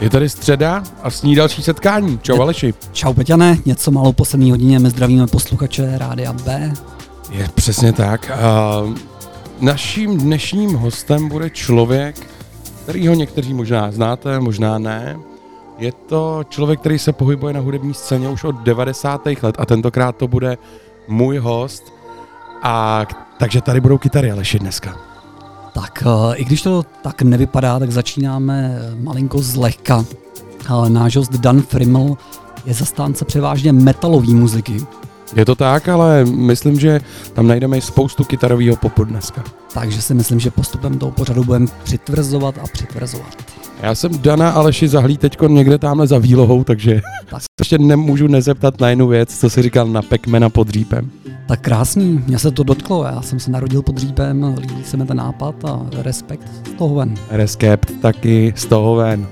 Je tady středa a s ní další setkání. Čau Aleši. Čau Peťane, něco málo poslední hodině, my zdravíme posluchače Rádia B. Je přesně tak. Naším dnešním hostem bude člověk, kterýho někteří možná znáte, možná ne. Je to člověk, který se pohybuje na hudební scéně už od 90. let a tentokrát to bude můj host. Takže tady budou kytary, Aleši, dneska. Tak i když to tak nevypadá, tak začínáme malinko zlehka. Náš host Dan Friml je zastánce převážně metalové muziky. Je to tak, ale myslím, že tam najdeme i spoustu kytarového popu dneska. Takže si myslím, že postupem toho pořadu budeme přitvrzovat. Já jsem Dana Aleši zahlí teďko někde tamhle za výlohou, takže tak. Ještě nemůžu nezeptat na jednu věc, co jsi říkal na Pac-Mana pod dřípem. Tak krásný, mě se to dotklo, já jsem se narodil pod dřípem, líbí se mi ten nápad a respekt z toho ven. Respekt taky z toho ven.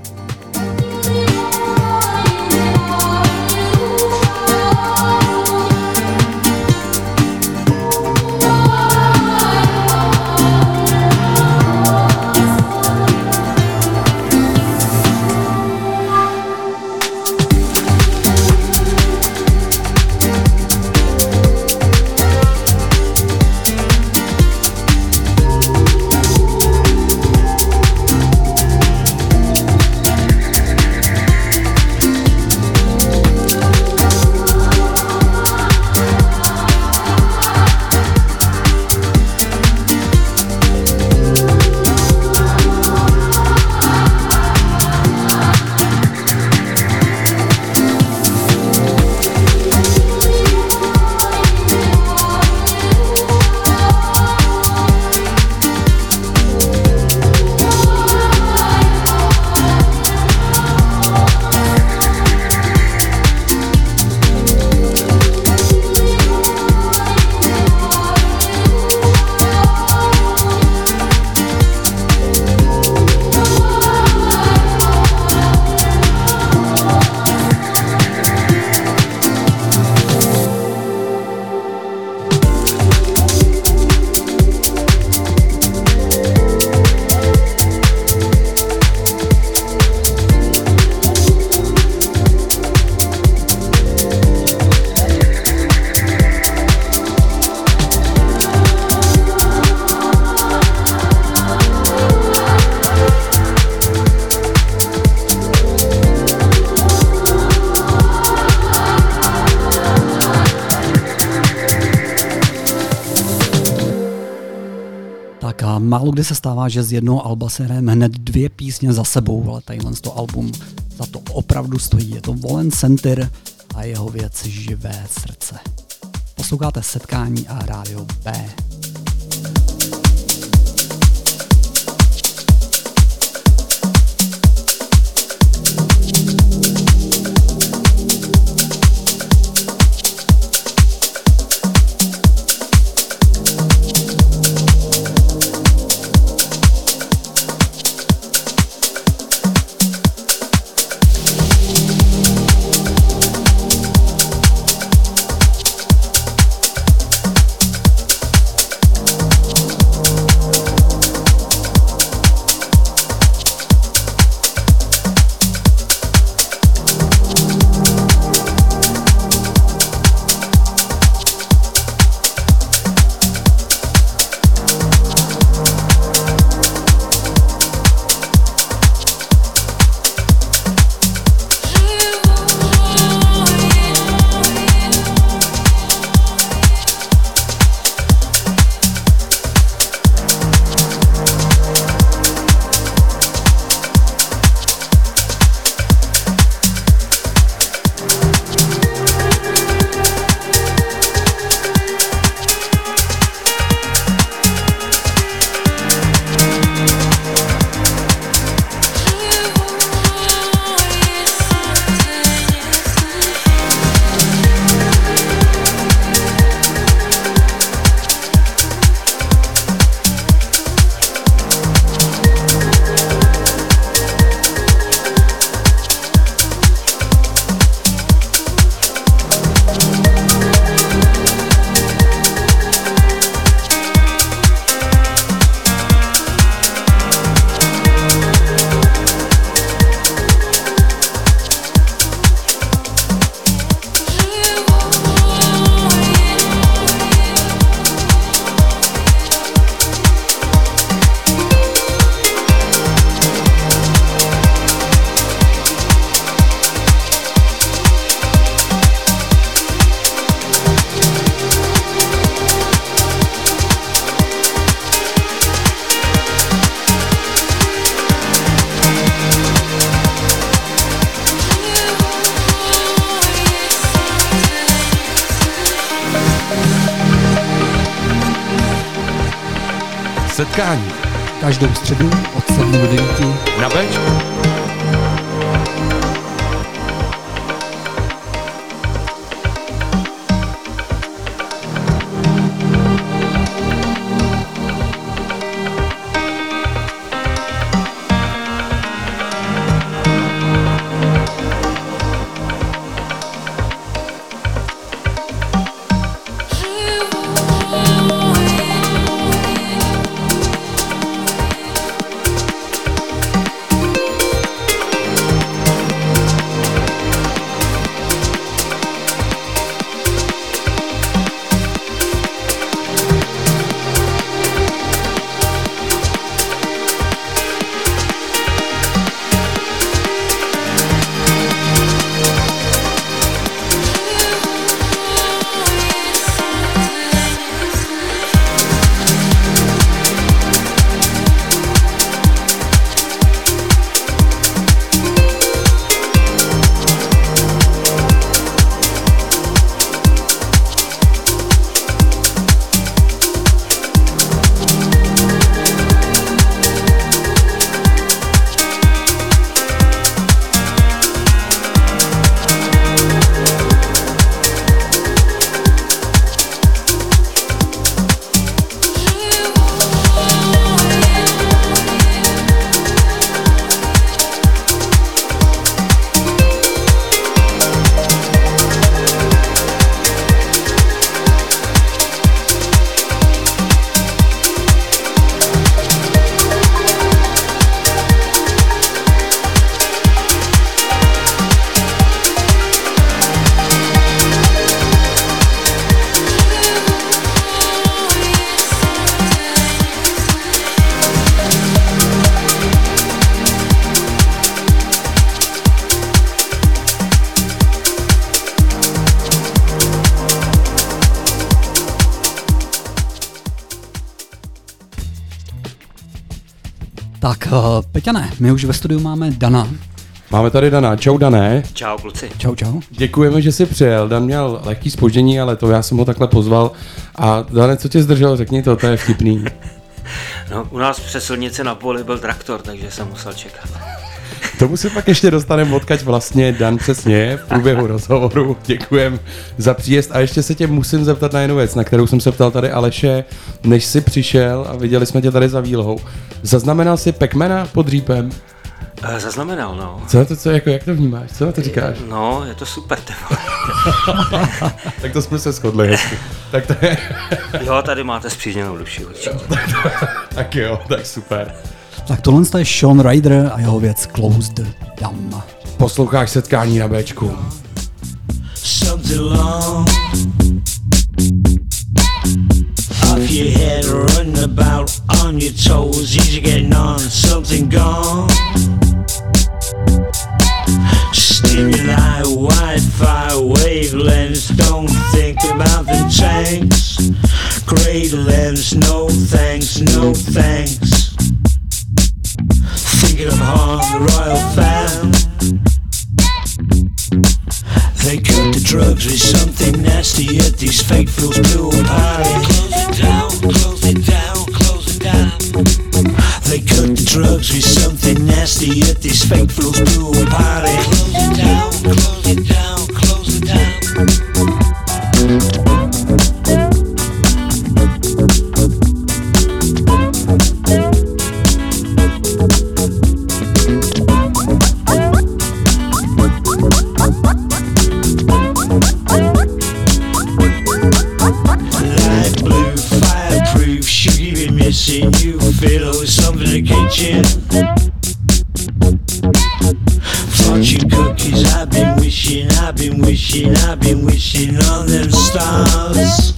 Málo kdy se stává, že z jednoho alba se hrajeme hned 2 písně za sebou, ale tadyhle to album za to opravdu stojí. Je to Volen Center a jeho věc Živé srdce. Posloucháte Setkání a Rádio B. Setkání. Každou středu od 7 do 9. Na Bčku. Tak, Peťane, my už ve studiu máme Dana. Máme tady Dana. Čau, Dané. Čau, kluci. Čau, čau. Děkujeme, že jsi přijel. Dan měl lehký zpoždění, ale to já jsem ho takhle pozval. A Dane, co tě zdrželo? Řekni to je vtipný. No, u nás přes silnici na poli byl traktor, takže jsem musel čekat. Tomu se pak ještě dostaneme, odkaď vlastně Dan přesně v průběhu rozhovoru. Děkujem za příjezd a ještě se tě musím zeptat na jednu věc, na kterou jsem se ptal tady Aleše, než jsi přišel a viděli jsme tě tady za výlohou. Zaznamenal jsi Pac-Mana pod dřípem? Zaznamenal, no. Jak to vnímáš? Co na to říkáš? No, je to super, Tak to jsme se shodli hezky. Tak to je... Jo, tady máte spřízněnou duši určitě. Tak jo, tak super. Tak tohle je Sean Ryder a jeho věc Closed Down. Posloucháš Setkání na Bčku. Something long off your head, running about on your toes, easy getting on, something gone. Stimuli, Wi-Fi, wavelengths, don't think about the tanks. Great lens, no thanks, no thanks. Thinking of Han, the royal fam. They cut the drugs with something nasty at these fake fools pool party. Close it down, close it down, close it down. They cut the drugs with something nasty at these fake fools pool party. Close it down, close it down, close it down. Missing you, fiddle with something in the kitchen. Fortune cookies, I've been wishing on them stars.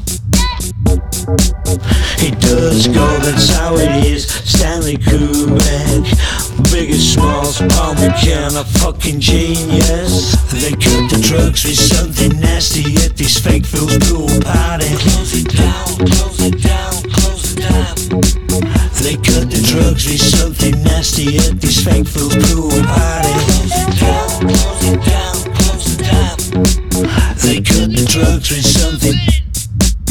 It does go, that's how it is. Stanley Kubrick, biggest smalls, Paul McCann, a fucking genius. They cut the drugs with something nasty at these fake fools pool party. Close it down, close it down, close it down. They cut the drugs with something nasty at these fake fools pool party. Close it down, close it down, close it down. They cut the drugs with something.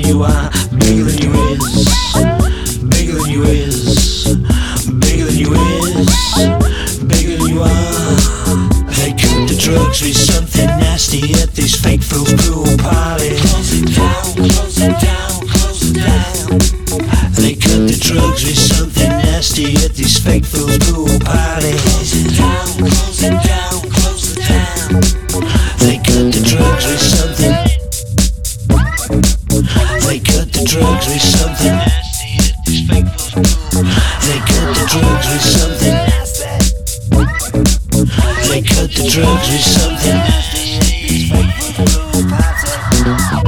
than you are, bigger than you is, bigger than you is, bigger than you is, bigger than you are. They cut the drugs with something nasty at this fake fool's pool party. Close it down, close it down, close it down. They cut the drugs with something nasty at this fake fool's pool party. Close it down, close it down, close it down. They cut the drugs with something. They cut the drugs with something nasty at this fake fool's pool. They cut the drugs with something nasty. They cut the drugs with something nasty at this fake fool's pool party.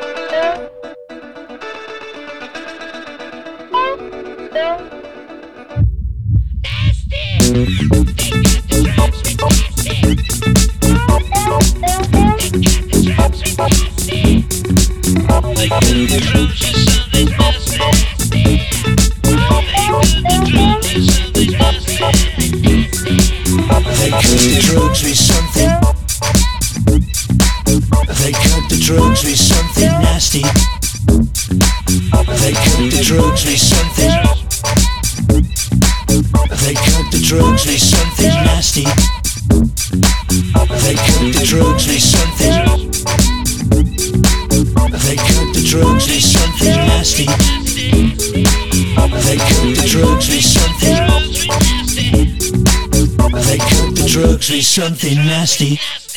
Something nasty.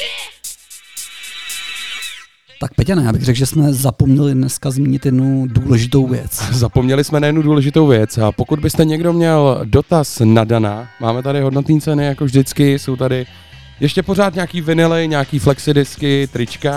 Tak Peťane, já bych řekl, že jsme zapomněli dneska zmínit jednu důležitou věc. Zapomněli jsme na jednu důležitou věc a pokud byste někdo měl dotaz na Dana, máme tady hodnotné ceny jako vždycky, jsou tady ještě pořád nějaký vinily, nějaký flexidisky, trička,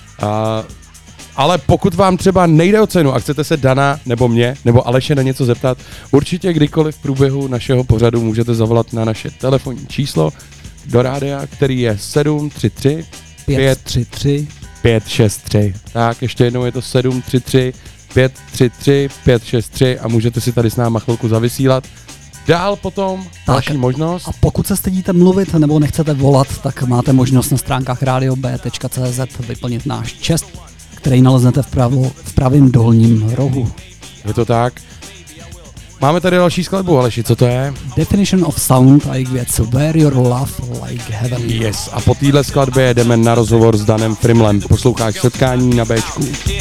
ale pokud vám třeba nejde o cenu a chcete se Dana nebo mě nebo Aleše na něco zeptat, určitě kdykoliv v průběhu našeho pořadu můžete zavolat na naše telefonní číslo do rádia, který je 733 533 563. Tak, ještě jednou je to 733 533 563 a můžete si tady s náma chvilku zavysílat. Dál potom další možnost. A pokud se stydíte mluvit nebo nechcete volat, tak máte možnost na stránkách radiob.cz vyplnit náš čest, který naleznete v pravém dolním rohu. Je to tak. Máme tady další skladbu, Aleši, co to je? Definition of Sound a jejich věc Where Your Love Like Heaven. Yes, a po téhle skladbě jdeme na rozhovor s Danem Frimlem. Posloucháš Setkání na Bčku.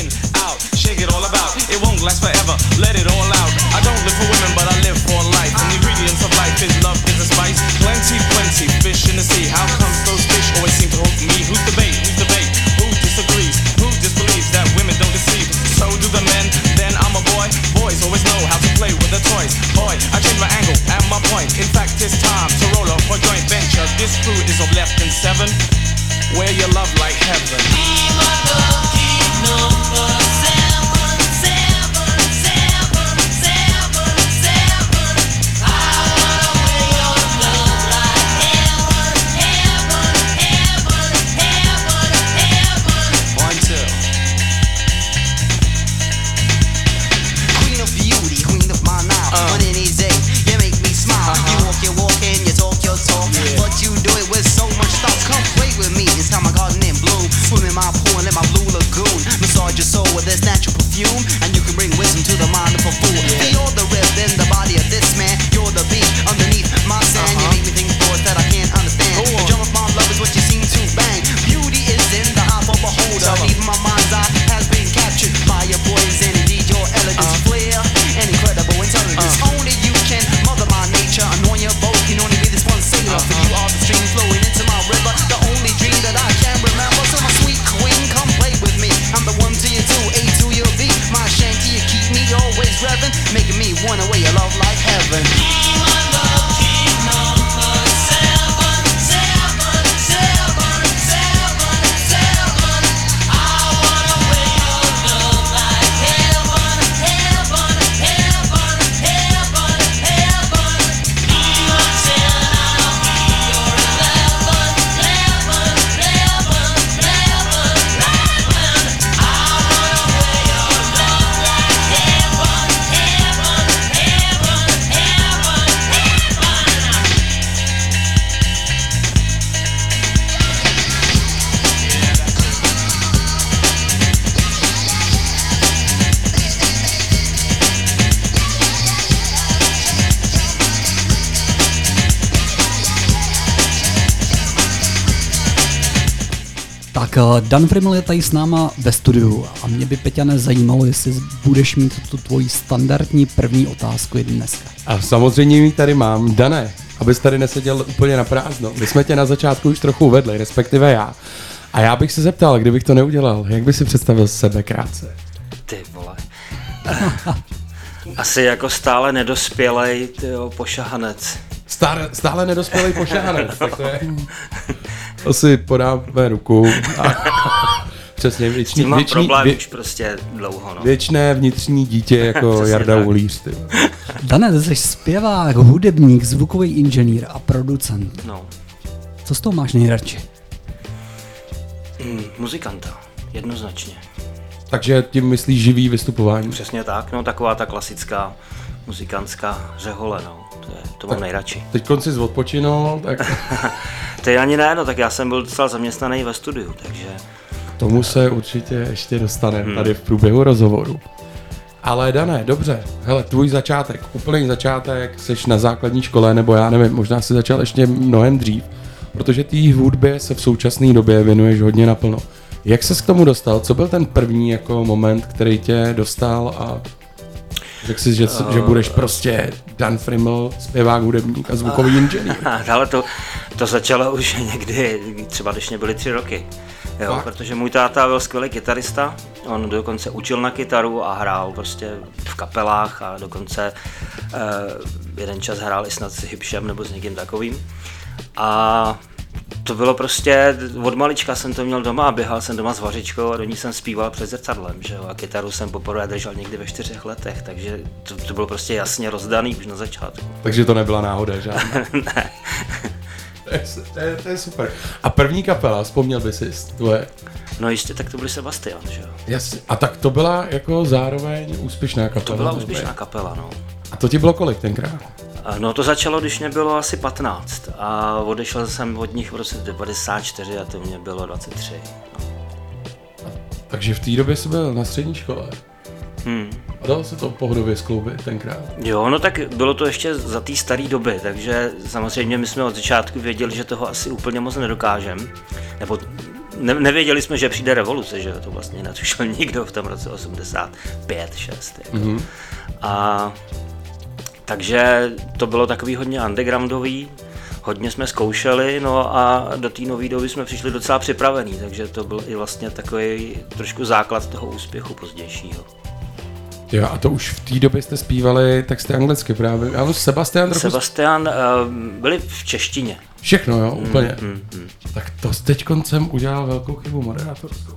Play with the toys, boy, I change my angle and my point. In fact, it's time to roll up for joint venture. This crew is of left and 7. Where your love like heaven. Keep my love, keep number 7, 7, 7, 7, 7. I wanna wear your love like heaven, heaven, heaven, heaven, heaven. 1, 2. Queen of beauty, queen of my now. On any day, you make me smile. You walk your walk and you talk your talk, but you do it with so much thought. Come play with me, it's time my garden in bloom. Swim in my pool and in my blue lagoon. Massage your soul with this natural perfume, and you can bring wisdom to the mind of a fool. You're the rhythm in the body of this man. You're the beat underneath my sand. You make me think thoughts that I can't understand. The drum of my love is what you seem to bang. Beauty is in the eye of a beholder. Even my mind's eye has been captured by your poise and indeed your elegance, flair, and incredible intelligence. Only you can mother my nature. And on your boat can only be this one sailor. For you are the stream flowing into my river. The only dream that I can remember. So my sweet queen, come play with me. I'm the one to you two, A to your B. My shanty, you keep me always Tak Dan Friml je tady s náma ve studiu a mě by, Peťane, zajímalo, jestli budeš mít tu tvoji standardní první otázku i dneska. A samozřejmě ji tady mám. Dané, abys tady neseděl úplně na prázdno. My jsme tě na začátku už trochu uvedli, respektive já. A já bych se zeptal, kdybych to neudělal, jak by si představil sebe krátce? Ty vole. Asi jako stále nedospělej, tyjo, pošahanec. Stále nedospělej pošahanec, tak to je... To si podáme ruku. A přesně, mám problém už prostě dlouho, no. Věčné vnitřní dítě jako Jarda Ulíř, ty. Dane, jsi zpěvák, hudebník, zvukový inženýr a producent. No. Co z toho máš nejradši? Muzikanta, jednoznačně. Takže tím myslíš živý vystupování? Přesně tak, no, taková ta klasická muzikantská řehole, no. To mám nejradši. Teď konci z odpočinul, tak... Teď ani ne, no, tak já jsem byl docela zaměstnaný ve studiu, takže... Tomu se určitě ještě dostaneme tady v průběhu rozhovoru. Ale Dané, dobře, hele, tvůj začátek, úplný začátek, seš na základní škole, nebo já nevím, možná si začal ještě mnohem dřív, protože té hudbě se v současné době věnuješ hodně naplno. Jak ses k tomu dostal? Co byl ten první jako moment, který tě dostal a řekl jsi, že budeš prostě Dan Friml, zpěvák, hudebník a zvukový inženýr? Ale to začalo už někdy, třeba když mě byly 3 roky. Jo, protože můj táta byl skvělý kytarista, on dokonce učil na kytaru a hrál prostě v kapelách a dokonce jeden čas hrál i snad s Hipšem nebo s někým takovým. A to bylo prostě, od malička jsem to měl doma a běhal jsem doma s vařičkou a do ní jsem zpíval před zrcadlem, že jo, a kytaru jsem poprvé držel někdy ve 4 letech, takže to bylo prostě jasně rozdaný už na začátku. Takže to nebyla náhoda, žádná? Ne. To je super. A první kapela, vzpomněl by si tvoje? No jistě, tak to byl Sebastian, že jo. Jasně. A tak to byla jako zároveň úspěšná kapela? To byla úspěšná kapela, no. A to ti bylo kolik tenkrát? No to začalo, když mě bylo asi 15 a odešel jsem od nich v roce 94 a to mě bylo 23. No. Takže v té době jsi byl na střední škole? A dalo se to pohodově skloubit tenkrát? Jo, no tak bylo to ještě za té staré doby, takže samozřejmě my jsme od začátku věděli, že toho asi úplně moc nedokážeme. Nebo nevěděli jsme, že přijde revoluce, že to vlastně netušil nikdo v tom roce 85, 6. Jako. A takže to bylo takový hodně undergroundový, hodně jsme zkoušeli, no a do té nové doby jsme přišli docela připravený, takže to byl i vlastně takový trošku základ toho úspěchu pozdějšího. Jo, a to už v té době jste zpívali texty anglicky právě. Ale Sebastian byli v češtině. Všechno, jo, úplně. Tak to teďkon jsem udělal velkou chybu moderátorskou.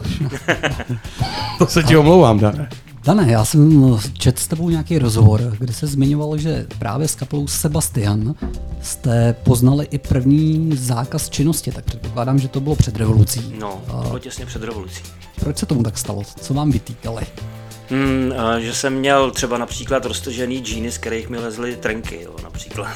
To se ti omlouvám, Dane. Dane, já jsem četl s tebou nějaký rozhovor, kde se zmiňoval, že právě s kapelou Sebastian jste poznali i první zákaz činnosti, tak předpokládám, že to bylo před revolucí. No, bylo těsně před revolucí. Proč se tomu tak stalo? Co vám vytýkali? Že jsem měl třeba například roztržený džíny, z kterých mi lezly trnky, jo, například.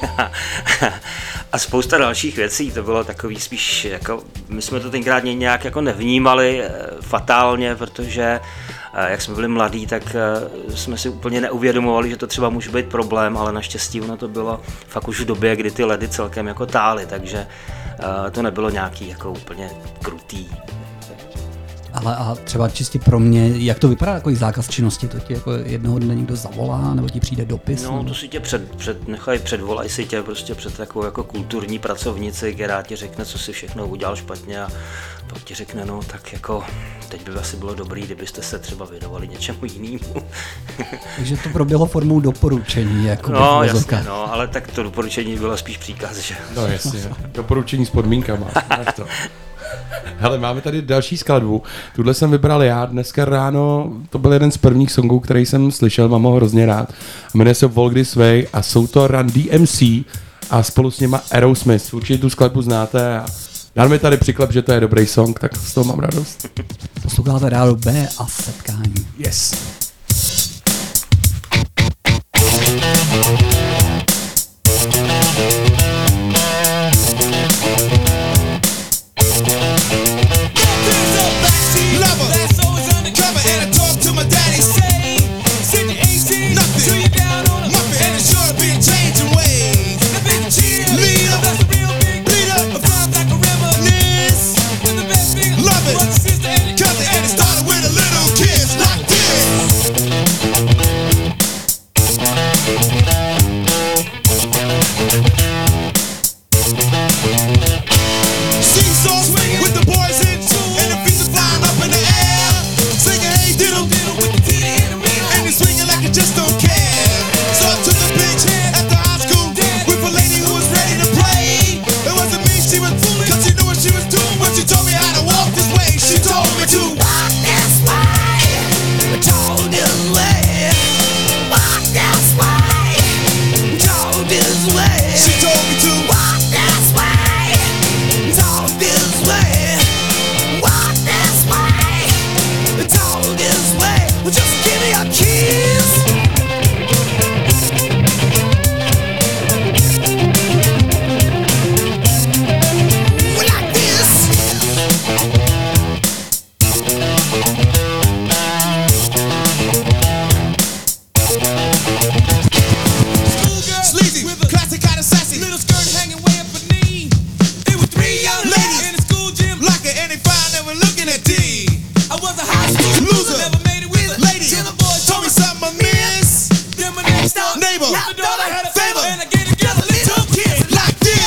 A spousta dalších věcí, to bylo takový spíš, jako, my jsme to tenkrát nějak jako nevnímali fatálně, protože jak jsme byli mladí, tak jsme si úplně neuvědomovali, že to třeba může být problém, ale naštěstí ono to bylo fakt už v době, kdy ty ledy celkem jako tály, takže to nebylo nějaký jako úplně krutý. Ale a třeba čistě pro mě, jak to vypadá takový zákaz činnosti? To ti jako jednoho dne někdo zavolá, nebo ti přijde dopis? No, to si tě předvolají si tě prostě před takovou jako kulturní pracovnici, která ti řekne, co si všechno udělal špatně a pak ti řekne, no tak jako teď by asi bylo dobrý, kdybyste se třeba věnovali něčemu jinému. Takže to proběhlo formou doporučení, jako no, jasně, no, ale tak to doporučení bylo spíš příkaz, že? No jasně, doporučení s podmínkama, máš to. Hele, máme tady další skladbu. Tuhle jsem vybral já dneska ráno, to byl jeden z prvních songů, který jsem slyšel, mám ho hrozně rád. Jmenuje se Walk This Way a jsou to Run DMC a spolu s něma Aerosmith. Určitě tu skladbu znáte a dám mi tady přiklep, že to je dobrý song, tak z toho mám radost. Posloucháte rádio B a setkání. Yes. Leader, that's a real big leader. Sounds like a reminisce. With the best thing give me a kiss. Like this. Sleazy, with a classic kind of sassy, little skirt hanging way up her knee. It was three young ladies in the school gym, locking, and they found they were looking at D. I was a high school loser, never made it with a lady. Till the boys told me something I miss. Then my next door neighbor, my daughter had a favor, and I gave together little kids like this.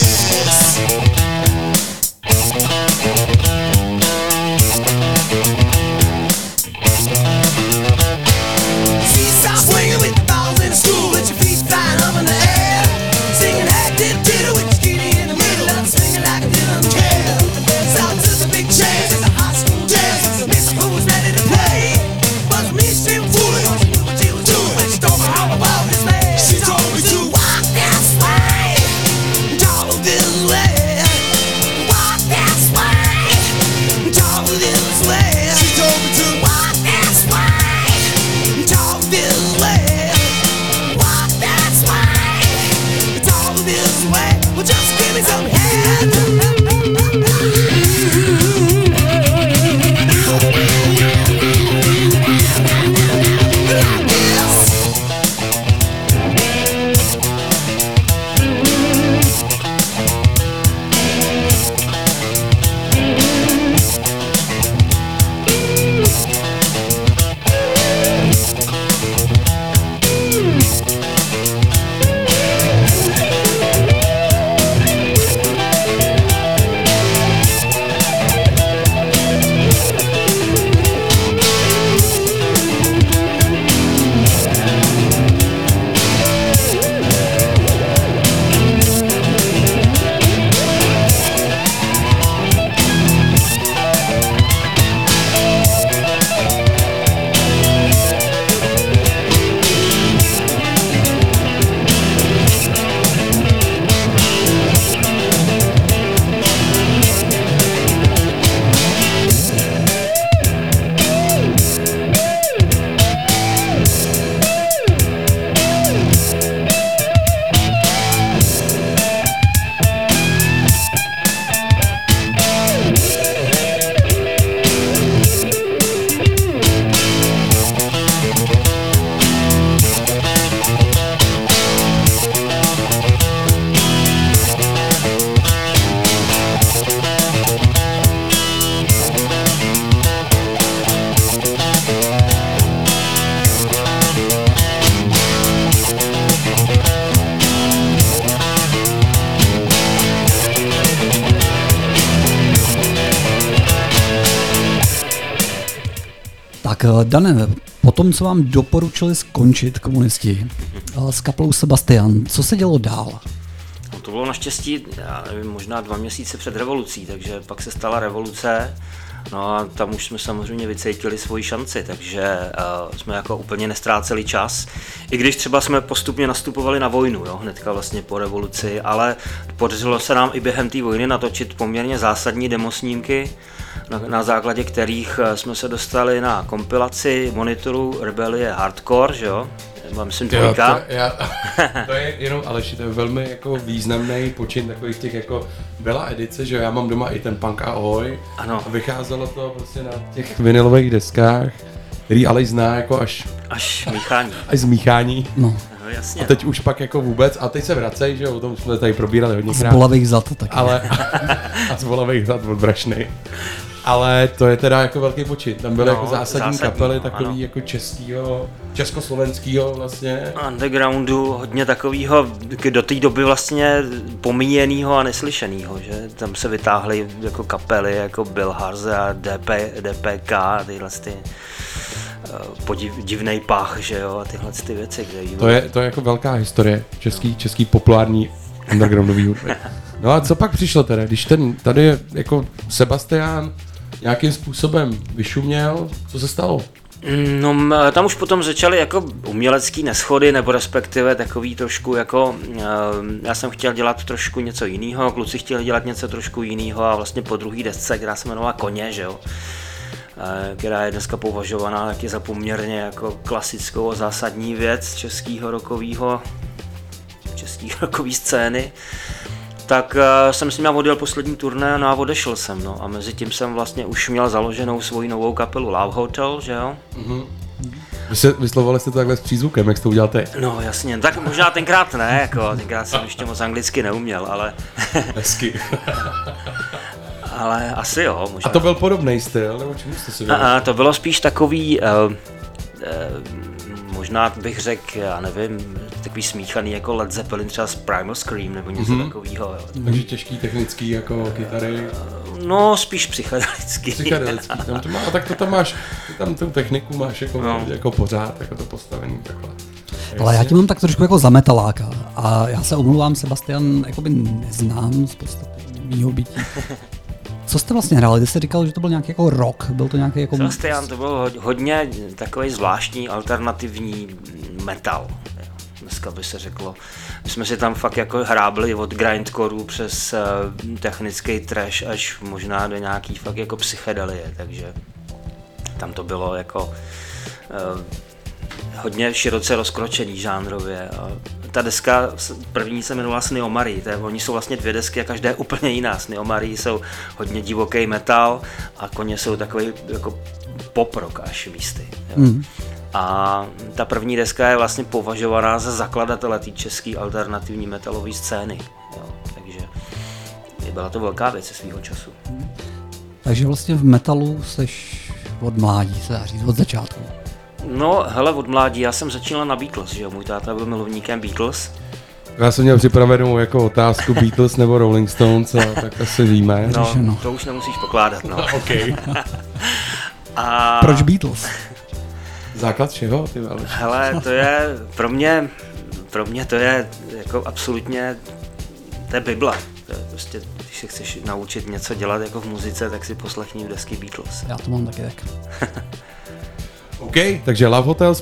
Seesaw swinging with the balls in the school, with your feet flying up in the air. Singing hat dip diddle with your kitty in the middle of swinging like a didn't care. South to the big chairs, it's a high school dance. Miss who was ready to play, but me still fooling. She knew what she was doing when she told me all about this man. She told me to walk this way, talk this way, walk this way, talk this way. She told me to Walk this way, talk this way, walk this way, talk this way. Well, just give me some head. Like this. Tak Dane, potom co vám doporučili skončit komunisti s kapelou Sebastian, co se dělo dál? No, to bylo naštěstí, já nevím, možná 2 měsíce před revolucí, takže pak se stala revoluce. No a tam už jsme samozřejmě vycítili svoji šanci, takže jsme jako úplně nestráceli čas. I když třeba jsme postupně nastupovali na vojnu, jo, hnedka vlastně po revoluci, ale podařilo se nám i během té vojny natočit poměrně zásadní demosnímky, na základě kterých jsme se dostali na kompilaci monitoru Rebelie Hardcore, že jo? Myslím dvojka. To je jenom, Aleši, to je velmi jako významný počin takových těch jako byla edice, že já mám doma i ten Punk Ahoj. Ano. A vycházelo to prostě na těch vinilových deskách, který Aleš zná jako až míchání. Až zmíchání. No. No, jasně. A teď už pak jako vůbec, a teď se vracej, že o tom jsme tady probírali hodněkrát. Z bolavých zad taky. Ale, a z bolavých zad od brašny. Ale to je teda jako velký počin. Tam byly jako zásadní kapely, takový ano. Jako československýho vlastně. Undergroundu, hodně takovýho do té doby vlastně pomíjenýho a neslyšenýho, že? Tam se vytáhly jako kapely jako Bill Harze a DPK a tyhle ty divnej pach, že jo, a tyhle ty věci. To je jako velká historie český populární undergroundový hudby. No a co pak přišlo teda, když tady je jako Sebastian nějakým způsobem vyšuměl, co se stalo? No, tam už potom začaly jako umělecký neschody, nebo respektive takový trošku jako, já jsem chtěl dělat trošku něco jiného, kluci chtěli dělat něco trošku jiného a vlastně po druhé desce, která se jmenovala Koně, že jo, která je dneska považovaná taky za poměrně jako klasickou a zásadní věc české rockové scény. Tak jsem s ním odjel poslední turné, no a odešel jsem, no. A mezi tím jsem vlastně už měl založenou svoji novou kapelu Love Hotel, že jo? Vyslovovali jste to takhle s přízvukem, jak jste to udělal teď? No jasně, tak možná tenkrát ne, jako tenkrát jsem ještě moc anglicky neuměl, ale... Hezky. Ale asi jo, možná. A to byl podobný styl, nebo čemu jste si dělali? To bylo spíš takový, možná bych řekl, já nevím, takový smíchaný jako Led Zeppelin třeba s Primal Scream nebo něco takového. Takže těžký, technický jako kytary? No, spíš psychedelický. Psychedelický, tam to má, a tak to tam máš, tam tu techniku máš jako pořád, jako to postavení takhle. Ale já tě mám tak trošku jako za metaláka a já se omlouvám, Sebastian, jakoby neznám z podstaty mýho bytí. Co jste vlastně hráli? Ty jste říkal, že to byl nějaký jako rock, byl to nějaký jako... Sebastian, to byl hodně takový zvláštní alternativní metal. Dneska by se řeklo. My jsme si tam fakt jako hrábli od grindcoreu přes technický trash až možná do nějaký fakt jako psychedelie, takže tam to bylo jako hodně široce rozkročený žánrově. A ta deska první se jmenovala Sny o Marii, oni jsou vlastně 2 desky a každá je úplně jiná. Sny o Marii jsou hodně divoký metal a Koně jsou takový jako pop rock až místy. A ta první deska je vlastně považovaná za zakladatele té české alternativní metalové scény. Jo. Takže byla to velká věc svýho času. Takže vlastně v metalu seš od mládí, se dá říct, od začátku. No, hele, od mládí, já jsem začínal na Beatles, že jo, můj táta byl milovníkem Beatles. Já jsem měl připravenou jako otázku Beatles nebo Rolling Stones, a tak asi víme. No, to už nemusíš pokládat, no. Okay. A... Proč Beatles? Základ čeho, ty vole? Hele, to je, pro mě to je jako absolutně, to je Bible. To je prostě, když se chceš naučit něco dělat jako v muzice, tak si poslechni desky Beatles. Já to mám taky tak. OK, takže Love Hotel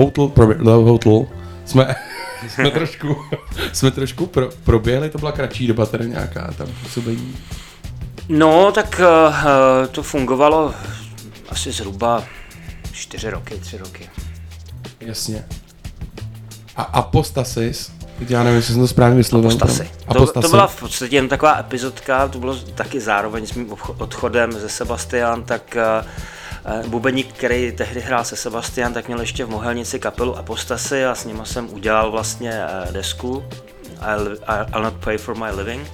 jsme trošku proběhli, to byla kratší doba, teda nějaká tam působení. No, tak to fungovalo asi zhruba 3 roky. Jasně. A Apostasis, já nevím, jestli jsem to správně vyslovil. To byla v podstatě jen taková epizodka, to bylo taky zároveň s mým odchodem ze Sebastian, tak bubeník, který tehdy hrál se Sebastian, tak měl ještě v Mohelnici kapelu Apostasy a s nima jsem udělal vlastně desku I'll Not Pay For My Living.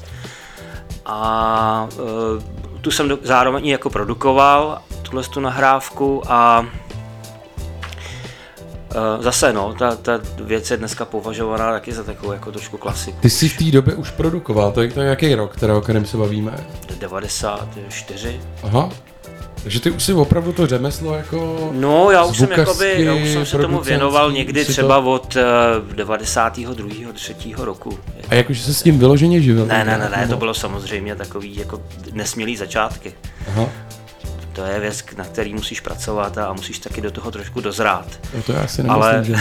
A tu jsem zároveň i jako produkoval, tu nahrávku a zase no, ta věc je dneska považovaná taky za takovou jako trošku klasiku. Ty jsi v té době už produkoval, to je jaký rok, o kterém se bavíme? 94. Aha. Takže ty už si opravdu to řemeslo jako... No, já už jsem se tomu věnoval někdy třeba od 92. 3. roku. A jakože se s tím vyloženě živil? Ne, to bylo samozřejmě takový jako nesmělý začátky. Aha. To je věc, na který musíš pracovat a musíš taky do toho trošku dozrát. No to já si nemyslím, že...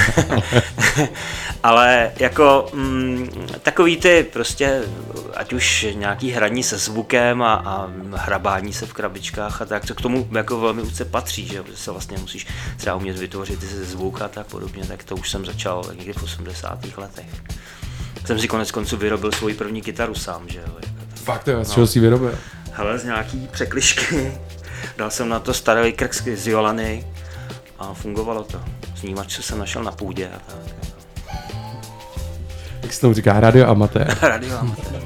Ale jako takový ty prostě, ať už nějaký hraní se zvukem a hrabání se v krabičkách a tak, to k tomu jako velmi úzce patří, že se vlastně musíš třeba umět vytvořit zvuk a tak podobně, tak to už jsem začal někdy v 80. letech. Jsem si konec konců vyrobil svoji první kytaru sám, že jo. Fakt jo, z čeho jsi vyrobil? Hele, z nějaký překližky. Dal jsem na to starý krk z Jolany a fungovalo to. Snímač, co jsem našel na půdě a tak. Jak se tomu říká? Radioamatér. Radioamatér.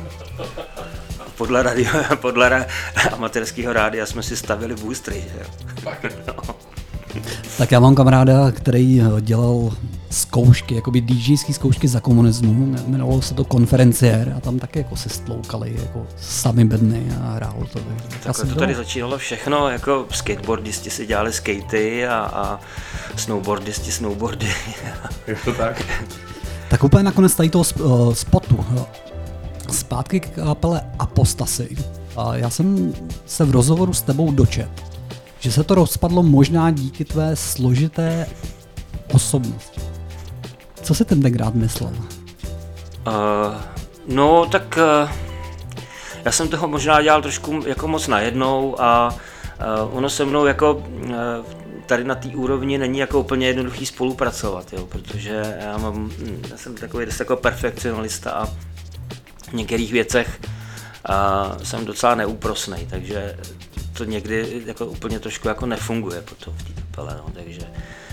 Podle amatérského rádia jsme si stavili boostry, že jo. No. Tak já mám kamaráda, který dělal zkoušky, jakoby DJský zkoušky za komunismu, jmenovalo se to Konferenciér a tam taky jako se stloukali jako sami bedny a hrálo to. Takhle to tady začínalo všechno, jako skateboardisti si dělali skatey a snowboardisti snowboardy. Je to tak? Tak úplně nakonec tady toho spotu. Zpátky k kapele Apostasy. A já jsem se v rozhovoru s tebou dočet, že se to rozpadlo možná díky tvé složité osobnosti. Co jsi tenkrát myslel? No tak já jsem toho možná dělal trošku jako moc najednou a ono se mnou jako tady na té úrovni není jako úplně jednoduchý spolupracovat, jo, protože já jsem takový dost jako perfekcionalista a v některých věcech jsem docela neúprosnej, takže to někdy jako úplně trošku jako nefunguje potom v té kapele, no, takže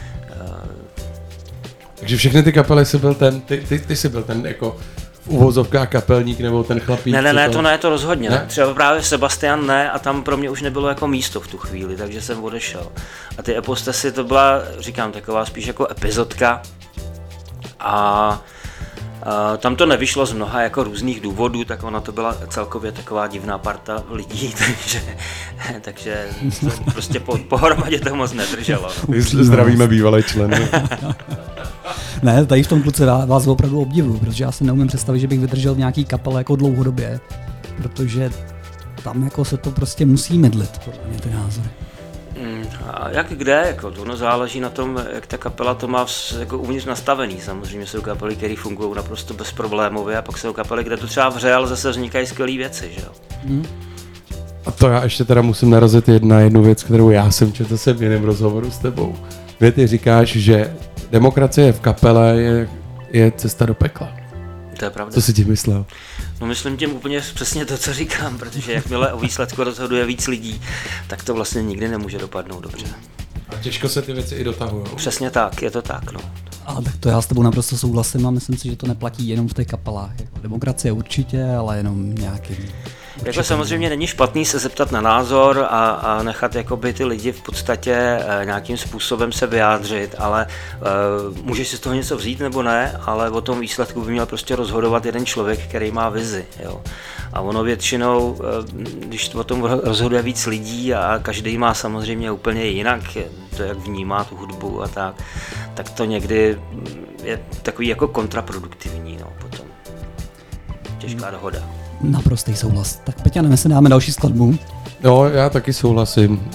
všechny ty kapely jsi byl ten, ty jsi byl ten jako v uvozovkách kapelník nebo ten chlapík? Ne, to rozhodně. Ne? Třeba právě Sebastian ne a tam pro mě už nebylo jako místo v tu chvíli, takže jsem odešel. A ty Epostasy to byla, říkám, taková spíš jako epizodka a tam to nevyšlo z mnoha jako různých důvodů, tak ona to byla celkově taková divná parta lidí, takže to prostě pohromadě to moc nedrželo. No. Zdravíme bývalé členy. Ne, tady v tom kluce vás opravdu obdivuju, protože já si neumím představit, že bych vydržel v nějaký kapele jako dlouhodobě, protože tam jako se to prostě musí mydlit, podle mě ty názory. A jak kde, jako to ono záleží na tom, jak ta kapela to má jako uvnitř nastavený. Samozřejmě jsou kapely, které fungují naprosto bezproblémově a pak jsou kapely, kde to třeba vře, ale zase vznikají skvělé věci, že jo. A to já ještě teda musím narazit jednu věc, kterou já jsem četl se v jiném rozhovoru s tebou. Kde ty říkáš, že demokracie v kapele je cesta do pekla. To je pravda. Co jsi tím myslel? No myslím tím úplně přesně to, co říkám, protože jakmile o výsledku rozhoduje víc lidí, tak to vlastně nikdy nemůže dopadnout dobře. A těžko se ty věci i dotahují. Přesně tak, je to tak, no. A tak to já s tebou naprosto souhlasím a myslím si, že to neplatí jenom v těch kapelách. Jako demokracie určitě, ale jenom nějaký. Jako samozřejmě není špatný se zeptat na názor a nechat jakoby ty lidi v podstatě nějakým způsobem se vyjádřit, ale můžeš si z toho něco vzít nebo ne, ale o tom výsledku by měl prostě rozhodovat jeden člověk, který má vizi. Jo. A ono většinou, když o tom rozhoduje víc lidí a každý má samozřejmě úplně jinak, to jak vnímá tu hudbu a tak to někdy je takový jako kontraproduktivní, no, potom. Těžká dohoda. Naprostý souhlas. Tak Peťane, my si dáme další skladbu. Jo, já taky souhlasím.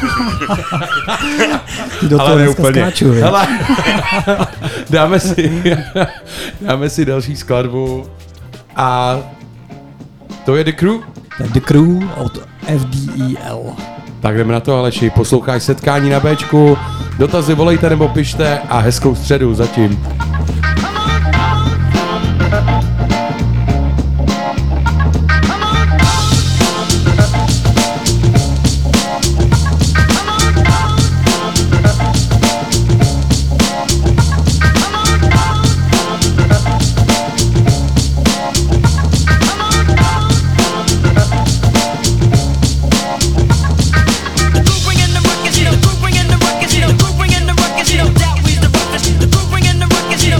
Ale ne úplně. Hele, dáme si další skladbu a to je The Crew? To je The Crew od FDEL. Tak jdeme na to, Aleši, posloucháš Setkání na Bčku, dotazy volejte nebo pište a hezkou středu zatím. The crew bringing the ruckus, you know, that we's the roughest. The crew bringing the ruckus, you know.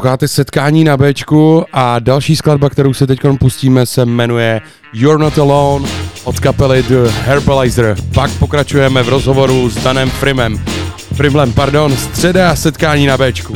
Posloucháte Setkání na Bčku a další skladba, kterou se teď pustíme, se jmenuje You're Not Alone od kapely The Herbalizer. Pak pokračujeme v rozhovoru s Danem Frimlem, středa Setkání na Bčku.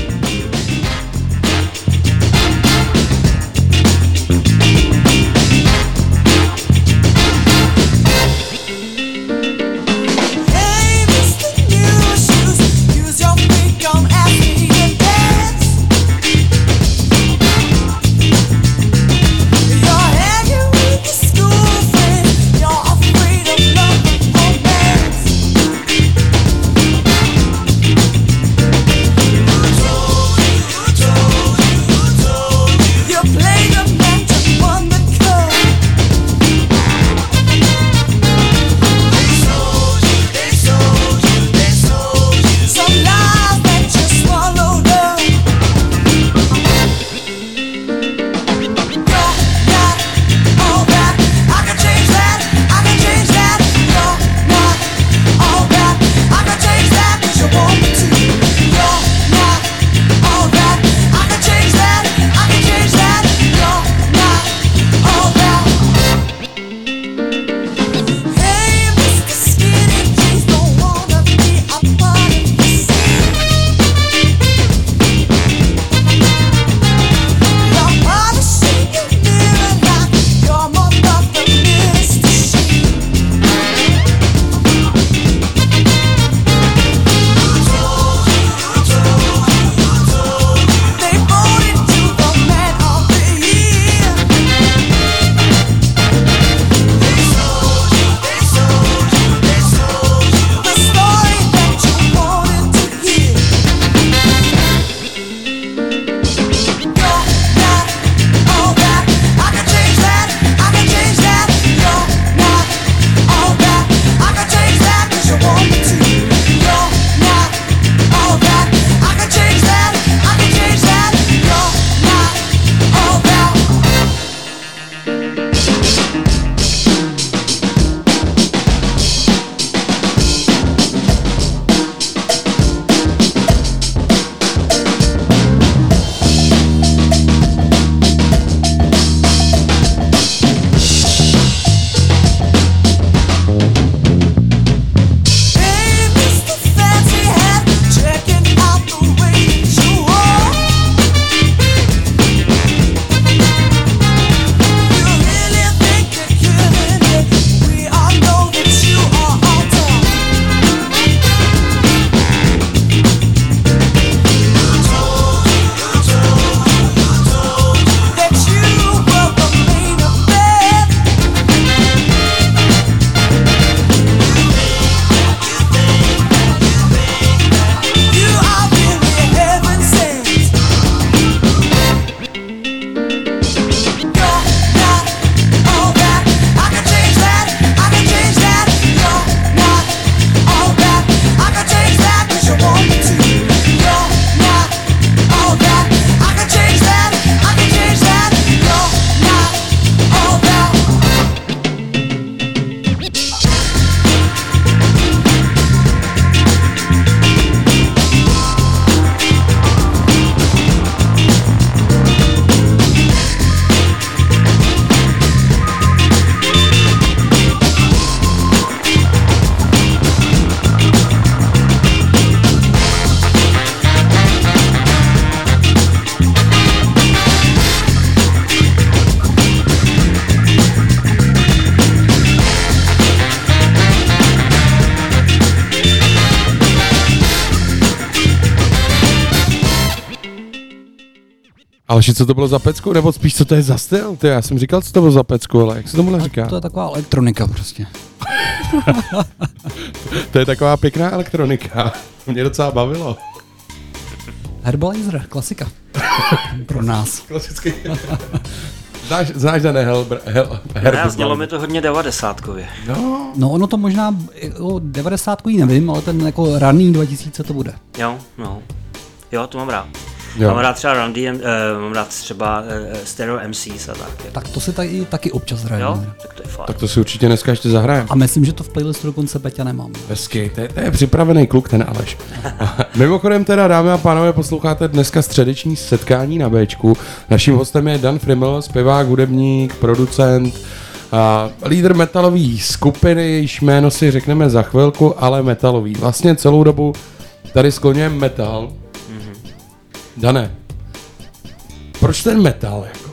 Aleši, co to bylo za pecku, nebo spíš co to je za styl? Ty, já jsem říkal, co to bylo za pecku, ale jak se tomu říká? To je taková elektronika prostě. To je taková pěkná elektronika. Mě docela bavilo. Herbalizer, klasika. Pro nás. Klasický. Znáš dané Herbalizer? Znělo mi to hodně 90kově. No ono to možná, 90kový nevím, ale ten jako raný 2000 to bude. Jo, to mám rád. Jo. Mám rád třeba mám rád třeba Stereo MCs a tak. Tak to si taky občas hraje. Jo, tak to je fajn. Tak to si určitě dneska ještě zahrajeme. A myslím, že to v playlistu dokonce Peťa nemám. Hezky, to je připravený kluk ten Aleš. Mimochodem teda, dámy a pánové, posloucháte dneska středeční setkání na Bčku. Naším hostem je Dan Friml, zpěvák, hudebník, producent, lídr metalové skupiny, jejíž jméno si řekneme za chvilku, ale metalový. Vlastně celou dobu tady skloňujeme metal. Dane, proč ten metal, jako?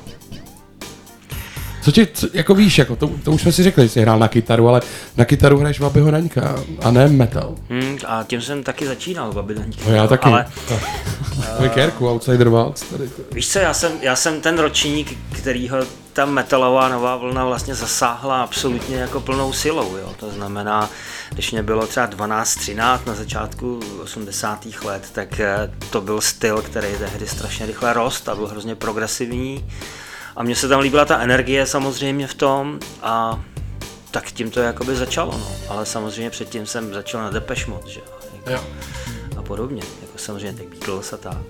Jako víš, jako to už jsme si řekli, jsi hrál na kytaru, ale na kytaru hraješ Babiho Daňka a ne metal. A tím jsem taky začínal, Babi Daňka. No já taky. Ale Kerku, Outsider Waltz tady. víš co, já jsem ten ročník, kterýho ta metalová nová vlna vlastně zasáhla absolutně jako plnou silou, jo. To znamená, když mě bylo třeba 12-13 na začátku 80. let, tak to byl styl, který tehdy strašně rychle rost a byl hrozně progresivní. A mně se tam líbila ta energie samozřejmě v tom a tak tím to jakoby začalo, no. Ale samozřejmě předtím jsem začal na Depeche Mode, že jo. A podobně, jako samozřejmě tak Beatles a tak.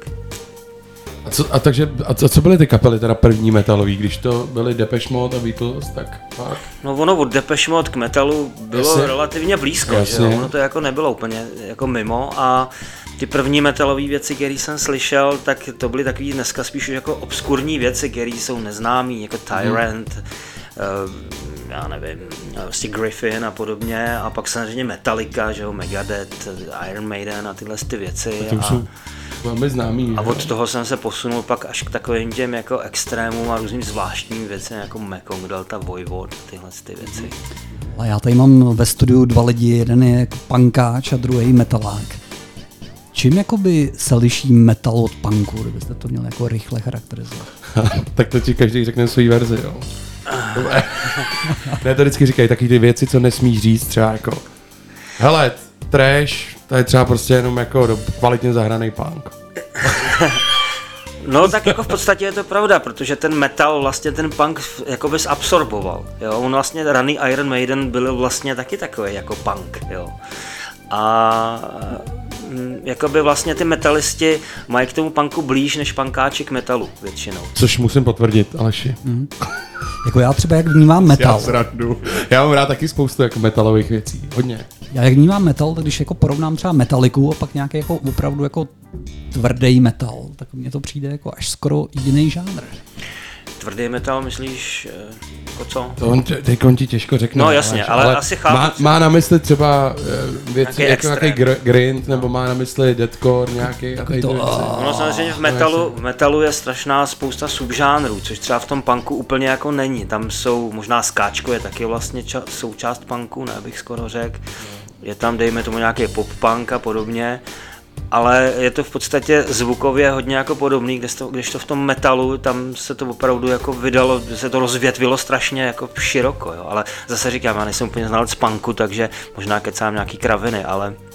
A co byly ty kapely teda první metalový, když to byly Depeche Mode a Beatles, tak fakt? No ono od Depeche Mode k metalu bylo relativně blízko, že jo? Ono to jako nebylo úplně jako mimo a ty první metalové věci, které jsem slyšel, tak to byly takový dneska spíš jako obskurní věci, které jsou neznámý, jako Tyrant, já nevím, vlastně Griffin a podobně a pak samozřejmě Metallica, že jo, Megadeth, Iron Maiden a tyhle ty věci. To už jsou velmi známý. A od toho jsem se posunul pak až k takovým těm jako extrémům a různým zvláštním věcem, jako Mekong, Delta Voivod a tyhle ty věci. Ale já tady mám ve studiu dva lidi, jeden je jako punkáč a druhý metalák. Čím jakoby se liší metal od punku, kdybyste to měli jako rychle charakterizovat? Tak to ti každý řekne svou verzi, jo. Ne, to vždycky říkají taky ty věci, co nesmíš říct, třeba jako hele, trash, to je třeba prostě jenom jako kvalitně zahraný punk. No tak jako v podstatě je to pravda, protože ten metal vlastně ten punk jakoby zabsorboval, jo. On vlastně raný Iron Maiden byl vlastně taky takový jako punk, jo. A jakoby vlastně ty metalisti mají k tomu punku blíž než punkáči k metalu většinou. Což musím potvrdit, Aleši. Jako já třeba jak vnímám metal. Já mám rád taky spoustu jako metalových věcí, hodně. Já jak vnímám metal, tak když jako porovnám třeba Metalliku a pak nějaký jako opravdu jako tvrdý metal, tak mně to přijde jako až skoro jiný žánr. Tvrdý metal myslíš jako co? To on ti těžko řekne. No jasně, ale asi chápu. Má na mysli třeba věci nějaký jako nějaký grind, nebo má na mysli deathcore nějaký a tady ty věci. No samozřejmě v metalu je strašná spousta subžánrů, což třeba v tom punku úplně jako není. Tam jsou, možná skáčko je taky vlastně součást punku, ne bych skoro řekl. Je tam, dejme tomu, nějaký pop-punk a podobně. Ale je to v podstatě zvukově hodně jako podobný, když to v tom metalu, tam se to opravdu jako vydalo, se to rozvětvilo strašně jako široko, jo. Ale zase říkám, já nejsem úplně znalec punku, takže možná kecám nějaký kraviny,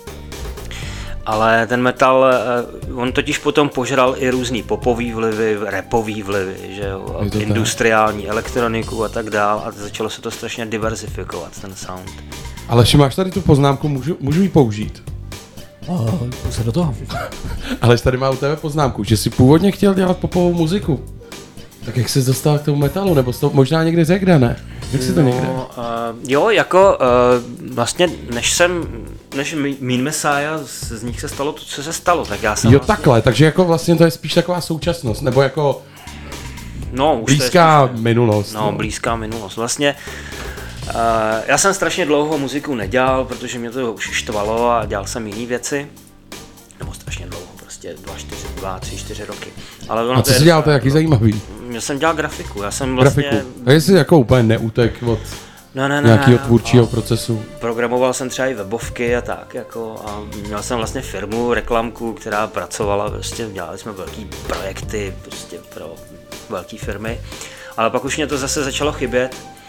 ale ten metal, on totiž potom požral i různý popový vlivy, rapový vlivy, že jo, industriální elektroniku a tak dál a začalo se to strašně diverzifikovat, ten sound. Ale máš tady tu poznámku, můžu ji použít? Se do toho. Ale tady má u tebe poznámku, že jsi původně chtěl dělat popovou muziku. Tak jak jsi dostal k tomu metalu, nebo jsi to možná někdy řekl, ne? Jak jsi to někde? Jo, jako vlastně než Mean Messiah, z nich se stalo to, co se stalo, tak já jsem Jo, vlastně... takhle, takže jako vlastně to je spíš taková současnost, nebo jako už blízká minulost. No, blízká minulost. Vlastně já jsem strašně dlouho muziku nedělal, protože mě to už štvalo a dělal jsem jiné věci. Nebo strašně dlouho, prostě 2, 3, 4 roky. Ale a co jsi dělal, to je jaký zajímavý? Já jsem dělal grafiku, já jsem vlastně... Grafiku. A jestli jako úplně neutek od nějakého tvůrčího procesu? Programoval jsem třeba i webovky a tak, jako, a měl jsem vlastně firmu, reklamku, která pracovala, prostě dělali jsme velký projekty prostě pro velké firmy. Ale pak už mě to zase začalo chybět.